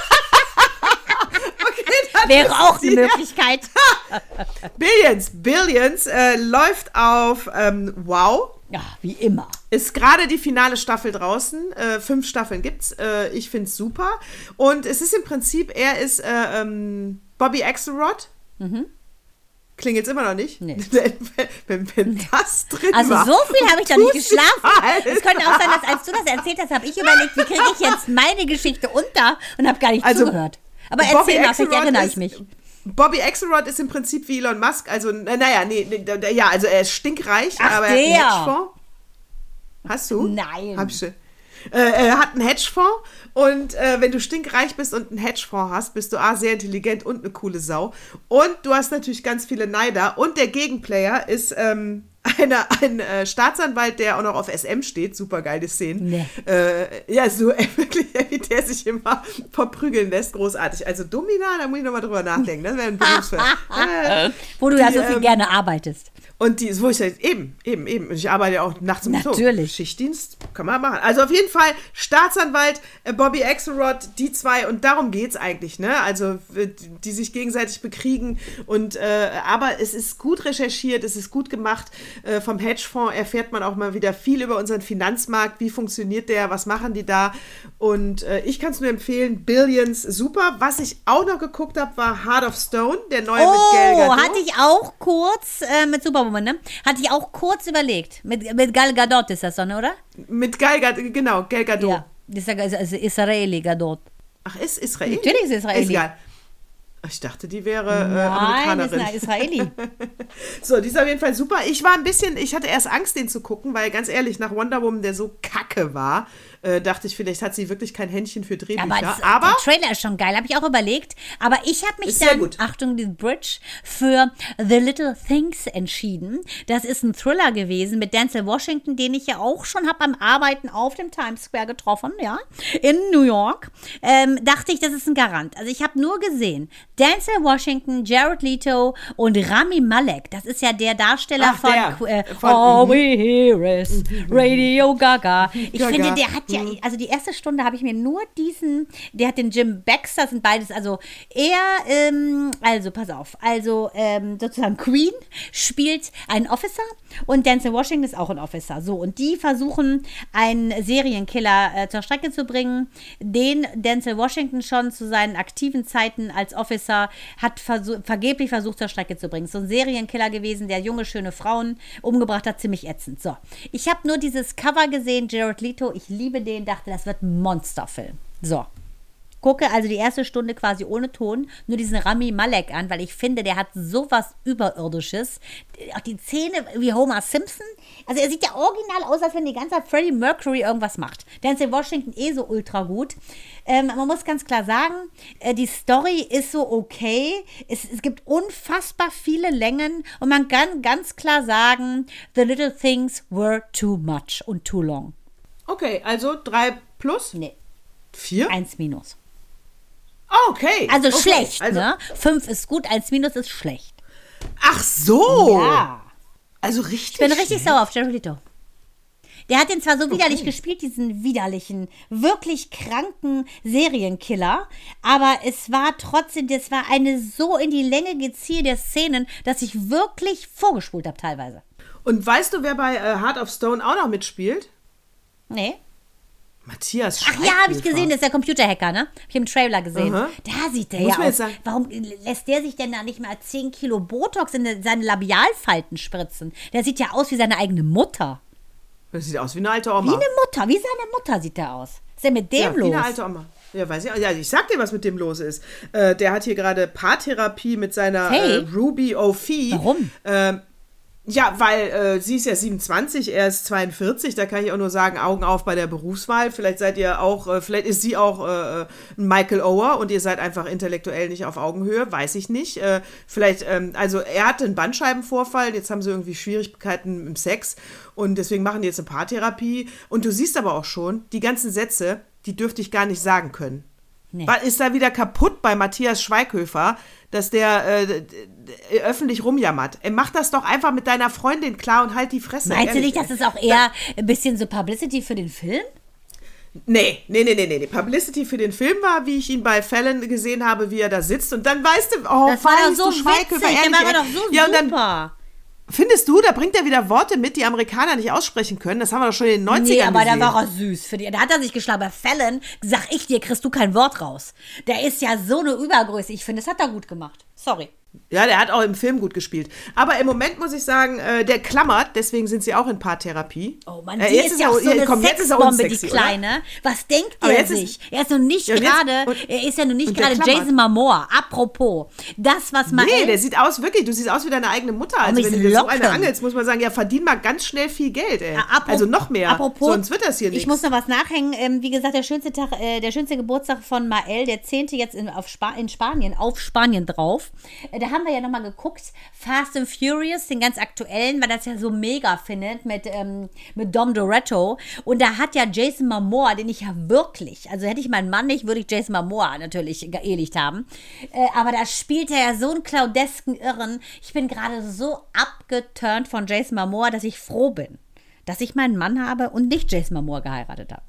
Okay, dann Wäre ist auch es eine die- Möglichkeit. Billions, Billions äh, läuft auf ähm, Wow. Ja, wie immer. Ist gerade die finale Staffel draußen. Äh, fünf Staffeln gibt's. Äh, ich finde es super. Und es ist im Prinzip, er ist äh, ähm, Bobby Axelrod. Mhm. Klingelt's immer noch nicht? Nee. wenn, wenn, wenn das drin Also war. so viel habe ich doch nicht geschlafen. Fußball. Es könnte auch sein, dass als du das erzählt hast, habe ich überlegt, wie kriege ich jetzt meine Geschichte unter und habe gar nicht Also, zugehört. Aber Bobby erzähl mal, vielleicht Axelrod erinnere ist- ich mich. Bobby Axelrod ist im Prinzip wie Elon Musk. Also, äh, naja, nee, nee, d- ja, also er ist stinkreich, Ach, aber er hat einen der. Hedgefonds. Hast du? Nein. Hab ich schon. Äh, er hat einen Hedgefonds und äh, wenn du stinkreich bist und einen Hedgefonds hast, bist du A, sehr intelligent und eine coole Sau. Und du hast natürlich ganz viele Neider. Und der Gegenplayer ist ähm, eine, ein äh, Staatsanwalt, der auch noch auf S M steht. Super geile Szenen. Nee. Äh, ja, so äh, wirklich, wie der sich immer verprügeln lässt. Großartig. Also Domina, da muss ich nochmal drüber nachdenken. Das wäre ein Berufsfeld. äh, Wo du ja die, so viel ähm, gerne arbeitest. Und die, wo ich halt, eben, eben, eben. Ich arbeite ja auch nachts um Natürlich. So. Schichtdienst kann man machen. Also auf jeden Fall Staatsanwalt, äh, Bobby Axelrod, die zwei, und darum geht's eigentlich, ne? Also, äh, die sich gegenseitig bekriegen. Und, äh, aber es ist gut recherchiert, es ist gut gemacht. Äh, vom Hedgefonds erfährt man auch mal wieder viel über unseren Finanzmarkt. Wie funktioniert der? Was machen die da? Und äh, ich kann es nur empfehlen, Billions, super. Was ich auch noch geguckt habe, war Heart of Stone, der neue mit Gal Oh, Gadot. hatte ich auch kurz, äh, mit Superwoman, ne? Hatte ich auch kurz überlegt. Mit, mit Gal Gadot ist das so, ne, oder? Mit Gal Gadot, genau, Gal Gadot. Ja. Das ist, ja- ist, ist Israeli Gadot. Ach, ist Israel? Natürlich ist Israeli. Ist egal. Ich dachte, die wäre äh, Nein, ist Amerikanerin. eine Israeli. So, die ist auf jeden Fall super. Ich war ein bisschen, ich hatte erst Angst, den zu gucken, weil ganz ehrlich, nach Wonder Woman, der so kacke war, äh, dachte ich, vielleicht hat sie wirklich kein Händchen für Drehbücher. Aber, das, Aber der Trailer ist schon geil, habe ich auch überlegt. Aber ich habe mich Ist sehr dann, gut. Achtung, die Bridge, für The Little Things entschieden. Das ist ein Thriller gewesen mit Denzel Washington, den ich ja auch schon habe beim Arbeiten auf dem Times Square getroffen, ja, in New York. Ähm, dachte ich, das ist ein Garant. Also ich habe nur gesehen, Denzel Washington, Jared Leto und Rami Malek. Das ist ja der Darsteller Ach, von, der. äh, Von- All We Hear Is Radio Gaga. Ich Gaga. finde, der hat ja, Mhm. also die erste Stunde habe ich mir nur diesen, der hat den Jim Baxter, sind beides, also er, ähm, also pass auf, also ähm, sozusagen Queen spielt einen Officer und Denzel Washington ist auch ein Officer. So, und die versuchen, einen Serienkiller äh, zur Strecke zu bringen, den Denzel Washington schon zu seinen aktiven Zeiten als Officer hat versuch, vergeblich versucht, zur Strecke zu bringen. So ein Serienkiller gewesen, der junge, schöne Frauen umgebracht hat, ziemlich ätzend. So, ich habe nur dieses Cover gesehen, Jared Leto, ich liebe den, dachte, das wird ein Monsterfilm. So. Gucke also die erste Stunde quasi ohne Ton, nur diesen Rami Malek an, weil ich finde, der hat sowas Überirdisches. Auch die Zähne wie Homer Simpson. Also er sieht ja original aus, als wenn die ganze Zeit Freddie Mercury irgendwas macht. Denzel Washington eh so ultra gut. Ähm, man muss ganz klar sagen, äh, die Story ist so okay. Es, es gibt unfassbar viele Längen und man kann ganz klar sagen, The Little Things were too much und too long. okay, also drei plus? Nee, Vier? eins minus. Ah, okay. Also okay. schlecht, also, ne? Fünf ist gut, eins minus ist schlecht. Ach so. Ja. Also richtig. Ich bin richtig schlecht. sauer auf Jared Leto. Der hat den zwar so widerlich gespielt, diesen widerlichen, wirklich kranken Serienkiller, aber es war trotzdem, das war eine so in die Länge gezielte Szenen, dass ich wirklich vorgespult habe teilweise. Und weißt du, wer bei äh, Heart of Stone auch noch mitspielt? Nee. Matthias Ach ja, habe ich gesehen, das ist der Computerhacker, ne? Hab ich im Trailer gesehen. Aha. Da sieht der Muss ja man aus. jetzt sagen- Warum lässt der sich denn da nicht mal zehn Kilo Botox in seine Labialfalten spritzen? Der sieht ja aus wie seine eigene Mutter. Das sieht aus wie eine alte Oma. Wie eine Mutter, wie seine Mutter sieht der aus. Was ist denn mit dem ja, los? Wie eine alte Oma. Ja, weiß ich. Ja, ich sag dir, was mit dem los ist. Äh, der hat hier gerade Paartherapie mit seiner Hey. äh, Ruby O'Fee. Warum? Ähm, ja, weil äh, sie ist ja siebenundzwanzig, er ist zweiundvierzig. Da kann ich auch nur sagen, Augen auf bei der Berufswahl. Vielleicht seid ihr auch, äh, vielleicht ist sie auch äh, ein Michael Oher und ihr seid einfach intellektuell nicht auf Augenhöhe. Weiß ich nicht. Äh, vielleicht, ähm, also er hatte einen Bandscheibenvorfall. Jetzt haben sie irgendwie Schwierigkeiten im Sex. Und deswegen machen die jetzt eine Paartherapie. Und du siehst aber auch schon, die ganzen Sätze, die dürfte ich gar nicht sagen können. Nee. Was ist da wieder kaputt bei Matthias Schweighöfer, dass der äh, d- d- öffentlich rumjammert? Ey, mach das doch einfach mit deiner Freundin klar und halt die Fresse. Meinst du ehrlich, nicht, dass ey. es auch eher ein bisschen so Publicity für den Film? Nee, nee, nee, nee, nee. Publicity für den Film war, wie ich ihn bei Fallon gesehen habe, wie er da sitzt. Und dann weißt du, oh, Das war weißt doch so du, Schweighöfer, witzig, der ehrlich, war ey. doch so ja, und dann, super. Findest du, da bringt er wieder Worte mit, die Amerikaner nicht aussprechen können? Das haben wir doch schon in den neunzigern Nee, aber gesehen. da war er süß. Für die, da hat er sich geschlagen. Bei Fallon, sag ich dir, kriegst du kein Wort raus. Der ist ja so eine Übergröße. Ich finde, das hat er gut gemacht. Sorry. Ja, der hat auch im Film gut gespielt. Aber im Moment muss ich sagen, äh, der klammert, deswegen sind sie auch in Paartherapie. Oh Mann, äh, die jetzt ist ja auch so eine komm, jetzt ist er Sexbombe, unsexy, die Kleine. Oder? Was denkt Aber er jetzt sich? ist- er ist noch nicht Ja, und jetzt- gerade, und- er ist ja noch nicht und der gerade klammert. Jason Momoa. Apropos, das, was Mael... Nee, der sieht aus, wirklich, du siehst aus wie deine eigene Mutter. Also mit wenn du dir so Locken. eine angelst, muss man sagen, ja, verdien mal ganz schnell viel Geld, ey. Apro- also noch mehr, Apropos, sonst wird das hier nichts. Ich muss noch was nachhängen. Ähm, wie gesagt, der schönste Tag, äh, der schönste Geburtstag von Mael, der zehnte jetzt in, auf Spa- in Spanien, auf Spanien drauf. Äh, da haben wir ja nochmal geguckt, Fast and Furious, den ganz aktuellen, weil das ja so mega findet mit, ähm, mit Dom Toretto. Und da hat ja Jason Momoa, den ich ja wirklich, also hätte ich meinen Mann nicht, würde ich Jason Momoa natürlich geehelicht haben. Äh, aber da spielt er ja so einen claudesken Irren. Ich bin gerade so abgeturnt von Jason Momoa, dass ich froh bin, dass ich meinen Mann habe und nicht Jason Momoa geheiratet habe.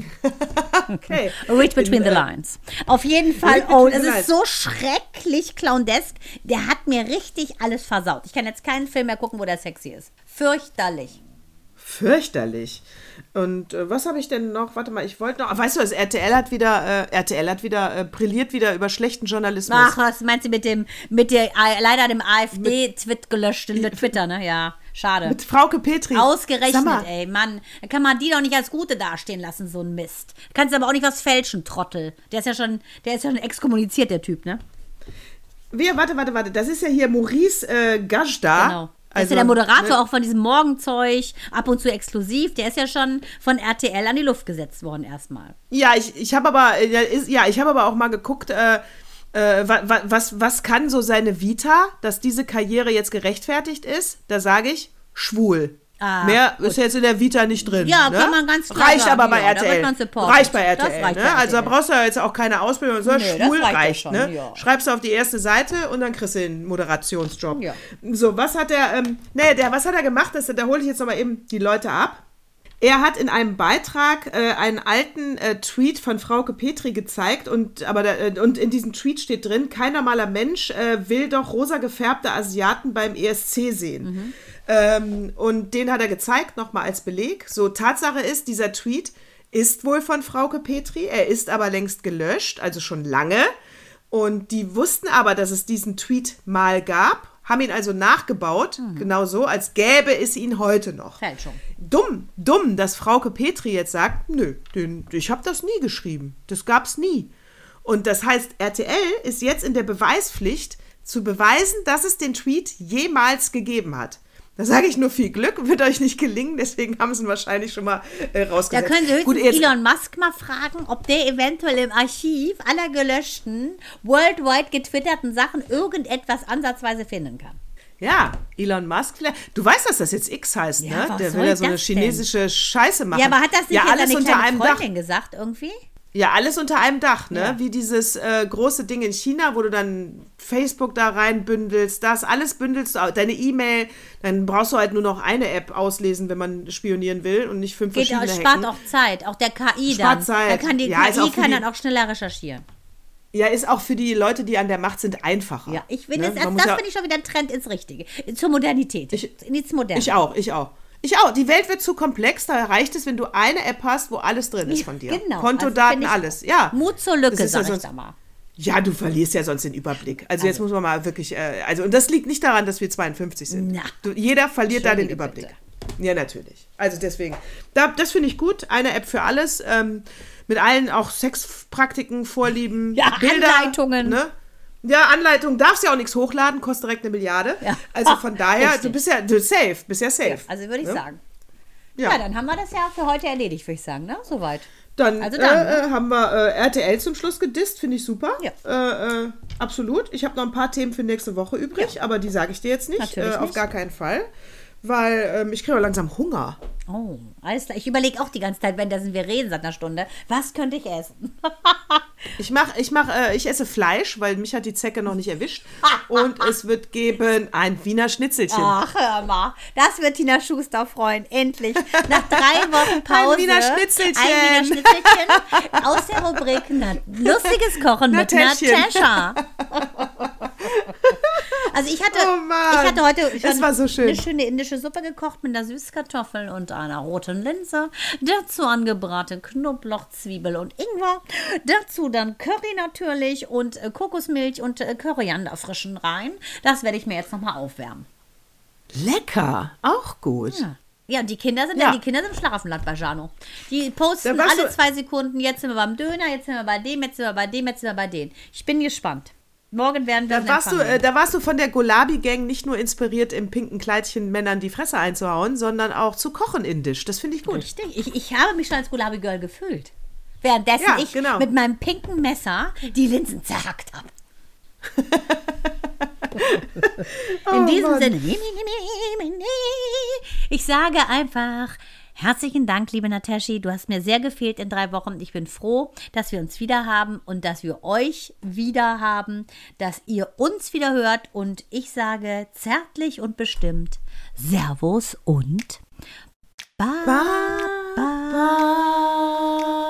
Okay. Read between the In, äh, lines. Auf jeden Fall, Read oh, between das the ist lines. so schrecklich clowndesk. Der hat mir richtig alles versaut. Ich kann jetzt keinen Film mehr gucken, wo der sexy ist. Fürchterlich. Fürchterlich. Und äh, was habe ich denn noch? Warte mal, ich wollte noch. Weißt du, das R T L hat wieder, äh, R T L hat wieder äh, brilliert wieder über schlechten Journalismus. Ach, was meinst du mit dem, mit der, äh, leider dem AfD-Tweet gelöschten Twitter, ne? Ja, schade. Mit Frauke Petri. Sag Ausgerechnet, mal, ey, Mann. Da kann man die doch nicht als Gute dastehen lassen, so ein Mist. Kannst aber auch nicht was fälschen, Trottel. Der ist ja schon, der ist ja schon exkommuniziert, der Typ, ne? Wer, warte, warte, warte. Das ist ja hier Maurice äh, Gajda. Genau. Der ist ja der Also, Moderator ne, auch von diesem Morgenzeug, ab und zu exklusiv. Der ist ja schon von R T L an die Luft gesetzt worden erstmal. Ja, ich, ich habe aber, äh, ja, ist, ja, ich habe aber auch mal geguckt, äh, äh, wa, wa, was, was kann so seine Vita, dass diese Karriere jetzt gerechtfertigt ist? Da sage ich, schwul. Ah, Mehr ist jetzt in der Vita nicht drin. Ja, ne? kann man ganz klar Reicht sagen, aber bei ja, da wird R T L. man supported. Reicht bei Das R T L. reicht Ne? bei Also da R T L. brauchst du ja jetzt auch keine Ausbildung. So, Nee, das schwul reicht ja reicht. schon, ne? ja. Schreibst du auf die erste Seite und dann kriegst du den Moderationsjob. Ja. So, was hat er, ähm, nee, der, was hat er gemacht? Das, da hole ich jetzt nochmal eben die Leute ab. Er hat in einem Beitrag äh, einen alten äh, Tweet von Frauke Petri gezeigt und, aber da, äh, und in diesem Tweet steht drin, kein normaler Mensch äh, will doch rosa gefärbte Asiaten beim E S C sehen. Mhm. Ähm, und den hat er gezeigt, nochmal als Beleg. So, Tatsache ist, dieser Tweet ist wohl von Frauke Petri, er ist aber längst gelöscht, also schon lange. Und die wussten aber, dass es diesen Tweet mal gab, haben ihn also nachgebaut, Mhm. genau so, als gäbe es ihn heute noch. Fälschung. Dumm, dumm, dass Frauke Petri jetzt sagt, nö, den, ich habe das nie geschrieben. Das gab's nie. Und das heißt, R T L ist jetzt in der Beweispflicht, zu beweisen, dass es den Tweet jemals gegeben hat. Da sage ich nur viel Glück, wird euch nicht gelingen, deswegen haben sie ihn wahrscheinlich schon mal äh, Da rausgesetzt. können Sie höchstens Gut, jetzt, Elon Musk mal fragen, ob der eventuell im Archiv aller gelöschten, worldwide getwitterten Sachen irgendetwas ansatzweise finden kann. ja, Elon Musk, vielleicht. Du weißt, dass das jetzt X heißt, Ja, ne? was Der soll will ja so eine das denn? chinesische Scheiße machen. Ja, aber hat das nicht ja, jetzt alles eine unter kleine einem Dach. Freundin gesagt irgendwie? Ja, alles unter einem Dach, ne? Ja. Wie dieses äh, große Ding in China, wo du dann Facebook da reinbündelst, das alles bündelst du, deine E-Mail, dann brauchst du halt nur noch eine App auslesen, wenn man spionieren will und nicht fünf Geht auch, verschiedene spart hacken. auch Zeit, auch der K I Spart dann. Zeit. Da kann die Ja, ist K auch I für kann die- dann auch schneller recherchieren. Ja, ist auch für die Leute, die an der Macht sind, einfacher. Ja, ich finde, ne? das, Man das muss ja- finde ich schon wieder ein Trend ins Richtige. Zur Modernität. Ich- ins Moderne. Ich auch, ich auch. Ich auch. Die Welt wird zu komplex, da reicht es, wenn du eine App hast, wo alles drin ist von dir. Genau. Kontodaten, Also finde ich alles. Ja. Mut zur Lücke, Das ist ja sag ich sonst- da mal. Ja, du verlierst ja sonst den Überblick. Also jetzt muss man mal wirklich, äh, also und das liegt nicht daran, dass wir zweiundfünfzig sind. Na. Du, jeder verliert da den Entschuldige Überblick. Ja, natürlich. Also deswegen, da, das finde ich gut. Eine App für alles, ähm, mit allen auch Sexpraktiken, Vorlieben, Ja, Bilder. Anleitungen. Ne? Ja, Anleitung, darfst ja auch nichts hochladen, kostet direkt eine Milliarde. Ja. Also von daher, Richtig. du bist ja du safe, bist ja safe. Also würde ich ne? sagen. Ja. Ja, dann haben wir das ja für heute erledigt, würde ich sagen, ne? Soweit. Dann, Also dann, äh, äh, haben wir äh, R T L zum Schluss gedisst, finde ich super. Ja. Äh, äh, absolut. Ich habe noch ein paar Themen für nächste Woche übrig, aber die sage ich dir jetzt nicht. Natürlich äh, Auf nicht. gar keinen Fall. Weil ähm, ich kriege auch langsam Hunger. Oh, alles klar. Ich überlege auch die ganze Zeit, wenn das wir reden seit einer Stunde, was könnte ich essen? Ich mach, ich mach, äh, ich esse Fleisch, weil mich hat die Zecke noch nicht erwischt. Und es wird geben ein Wiener Schnitzelchen. Ach, hör mal. Das wird Tina Schuster freuen. Endlich. Nach drei Wochen Pause. Ein Wiener Schnitzelchen. Ein Wiener Schnitzelchen aus der Rubrik Na, Lustiges Kochen mit Natäschchen. Natascha. Also ich hatte, Oh Mann, ich hatte heute das war so schön. eine schöne indische Suppe gekocht mit einer Süßkartoffel und einer roten Linse. Dazu angebratene Knoblauch, Zwiebel und Ingwer. Dazu dann Curry natürlich und äh, Kokosmilch und äh, Koriander frischen rein. Das werde ich mir jetzt nochmal aufwärmen. Lecker, auch gut. Ja. Ja, und die Kinder sind Ja. ja. die Kinder sind Schlafenland bei Jano. Die posten Da warst alle du- zwei Sekunden, jetzt sind wir beim Döner, jetzt sind wir bei dem, jetzt sind wir bei dem, jetzt sind wir bei denen. Ich bin gespannt. Morgen werden wir Da warst, du, äh, da warst du von der Gulabi-Gang nicht nur inspiriert, im pinken Kleidchen Männern die Fresse einzuhauen, sondern auch zu kochen indisch. Das finde ich gut. Richtig. Ich, ich habe mich schon als Gulabi Girl gefühlt. Währenddessen Ja, ich genau. mit meinem pinken Messer die Linsen zerhackt habe. In diesem Mann. Sinne, ich sage einfach herzlichen Dank, liebe Nataschi. Du hast mir sehr gefehlt in drei Wochen. Ich bin froh, dass wir uns wieder haben und dass wir euch wieder haben, dass ihr uns wieder hört. Und ich sage zärtlich und bestimmt Servus und Bye. Bye. Bye.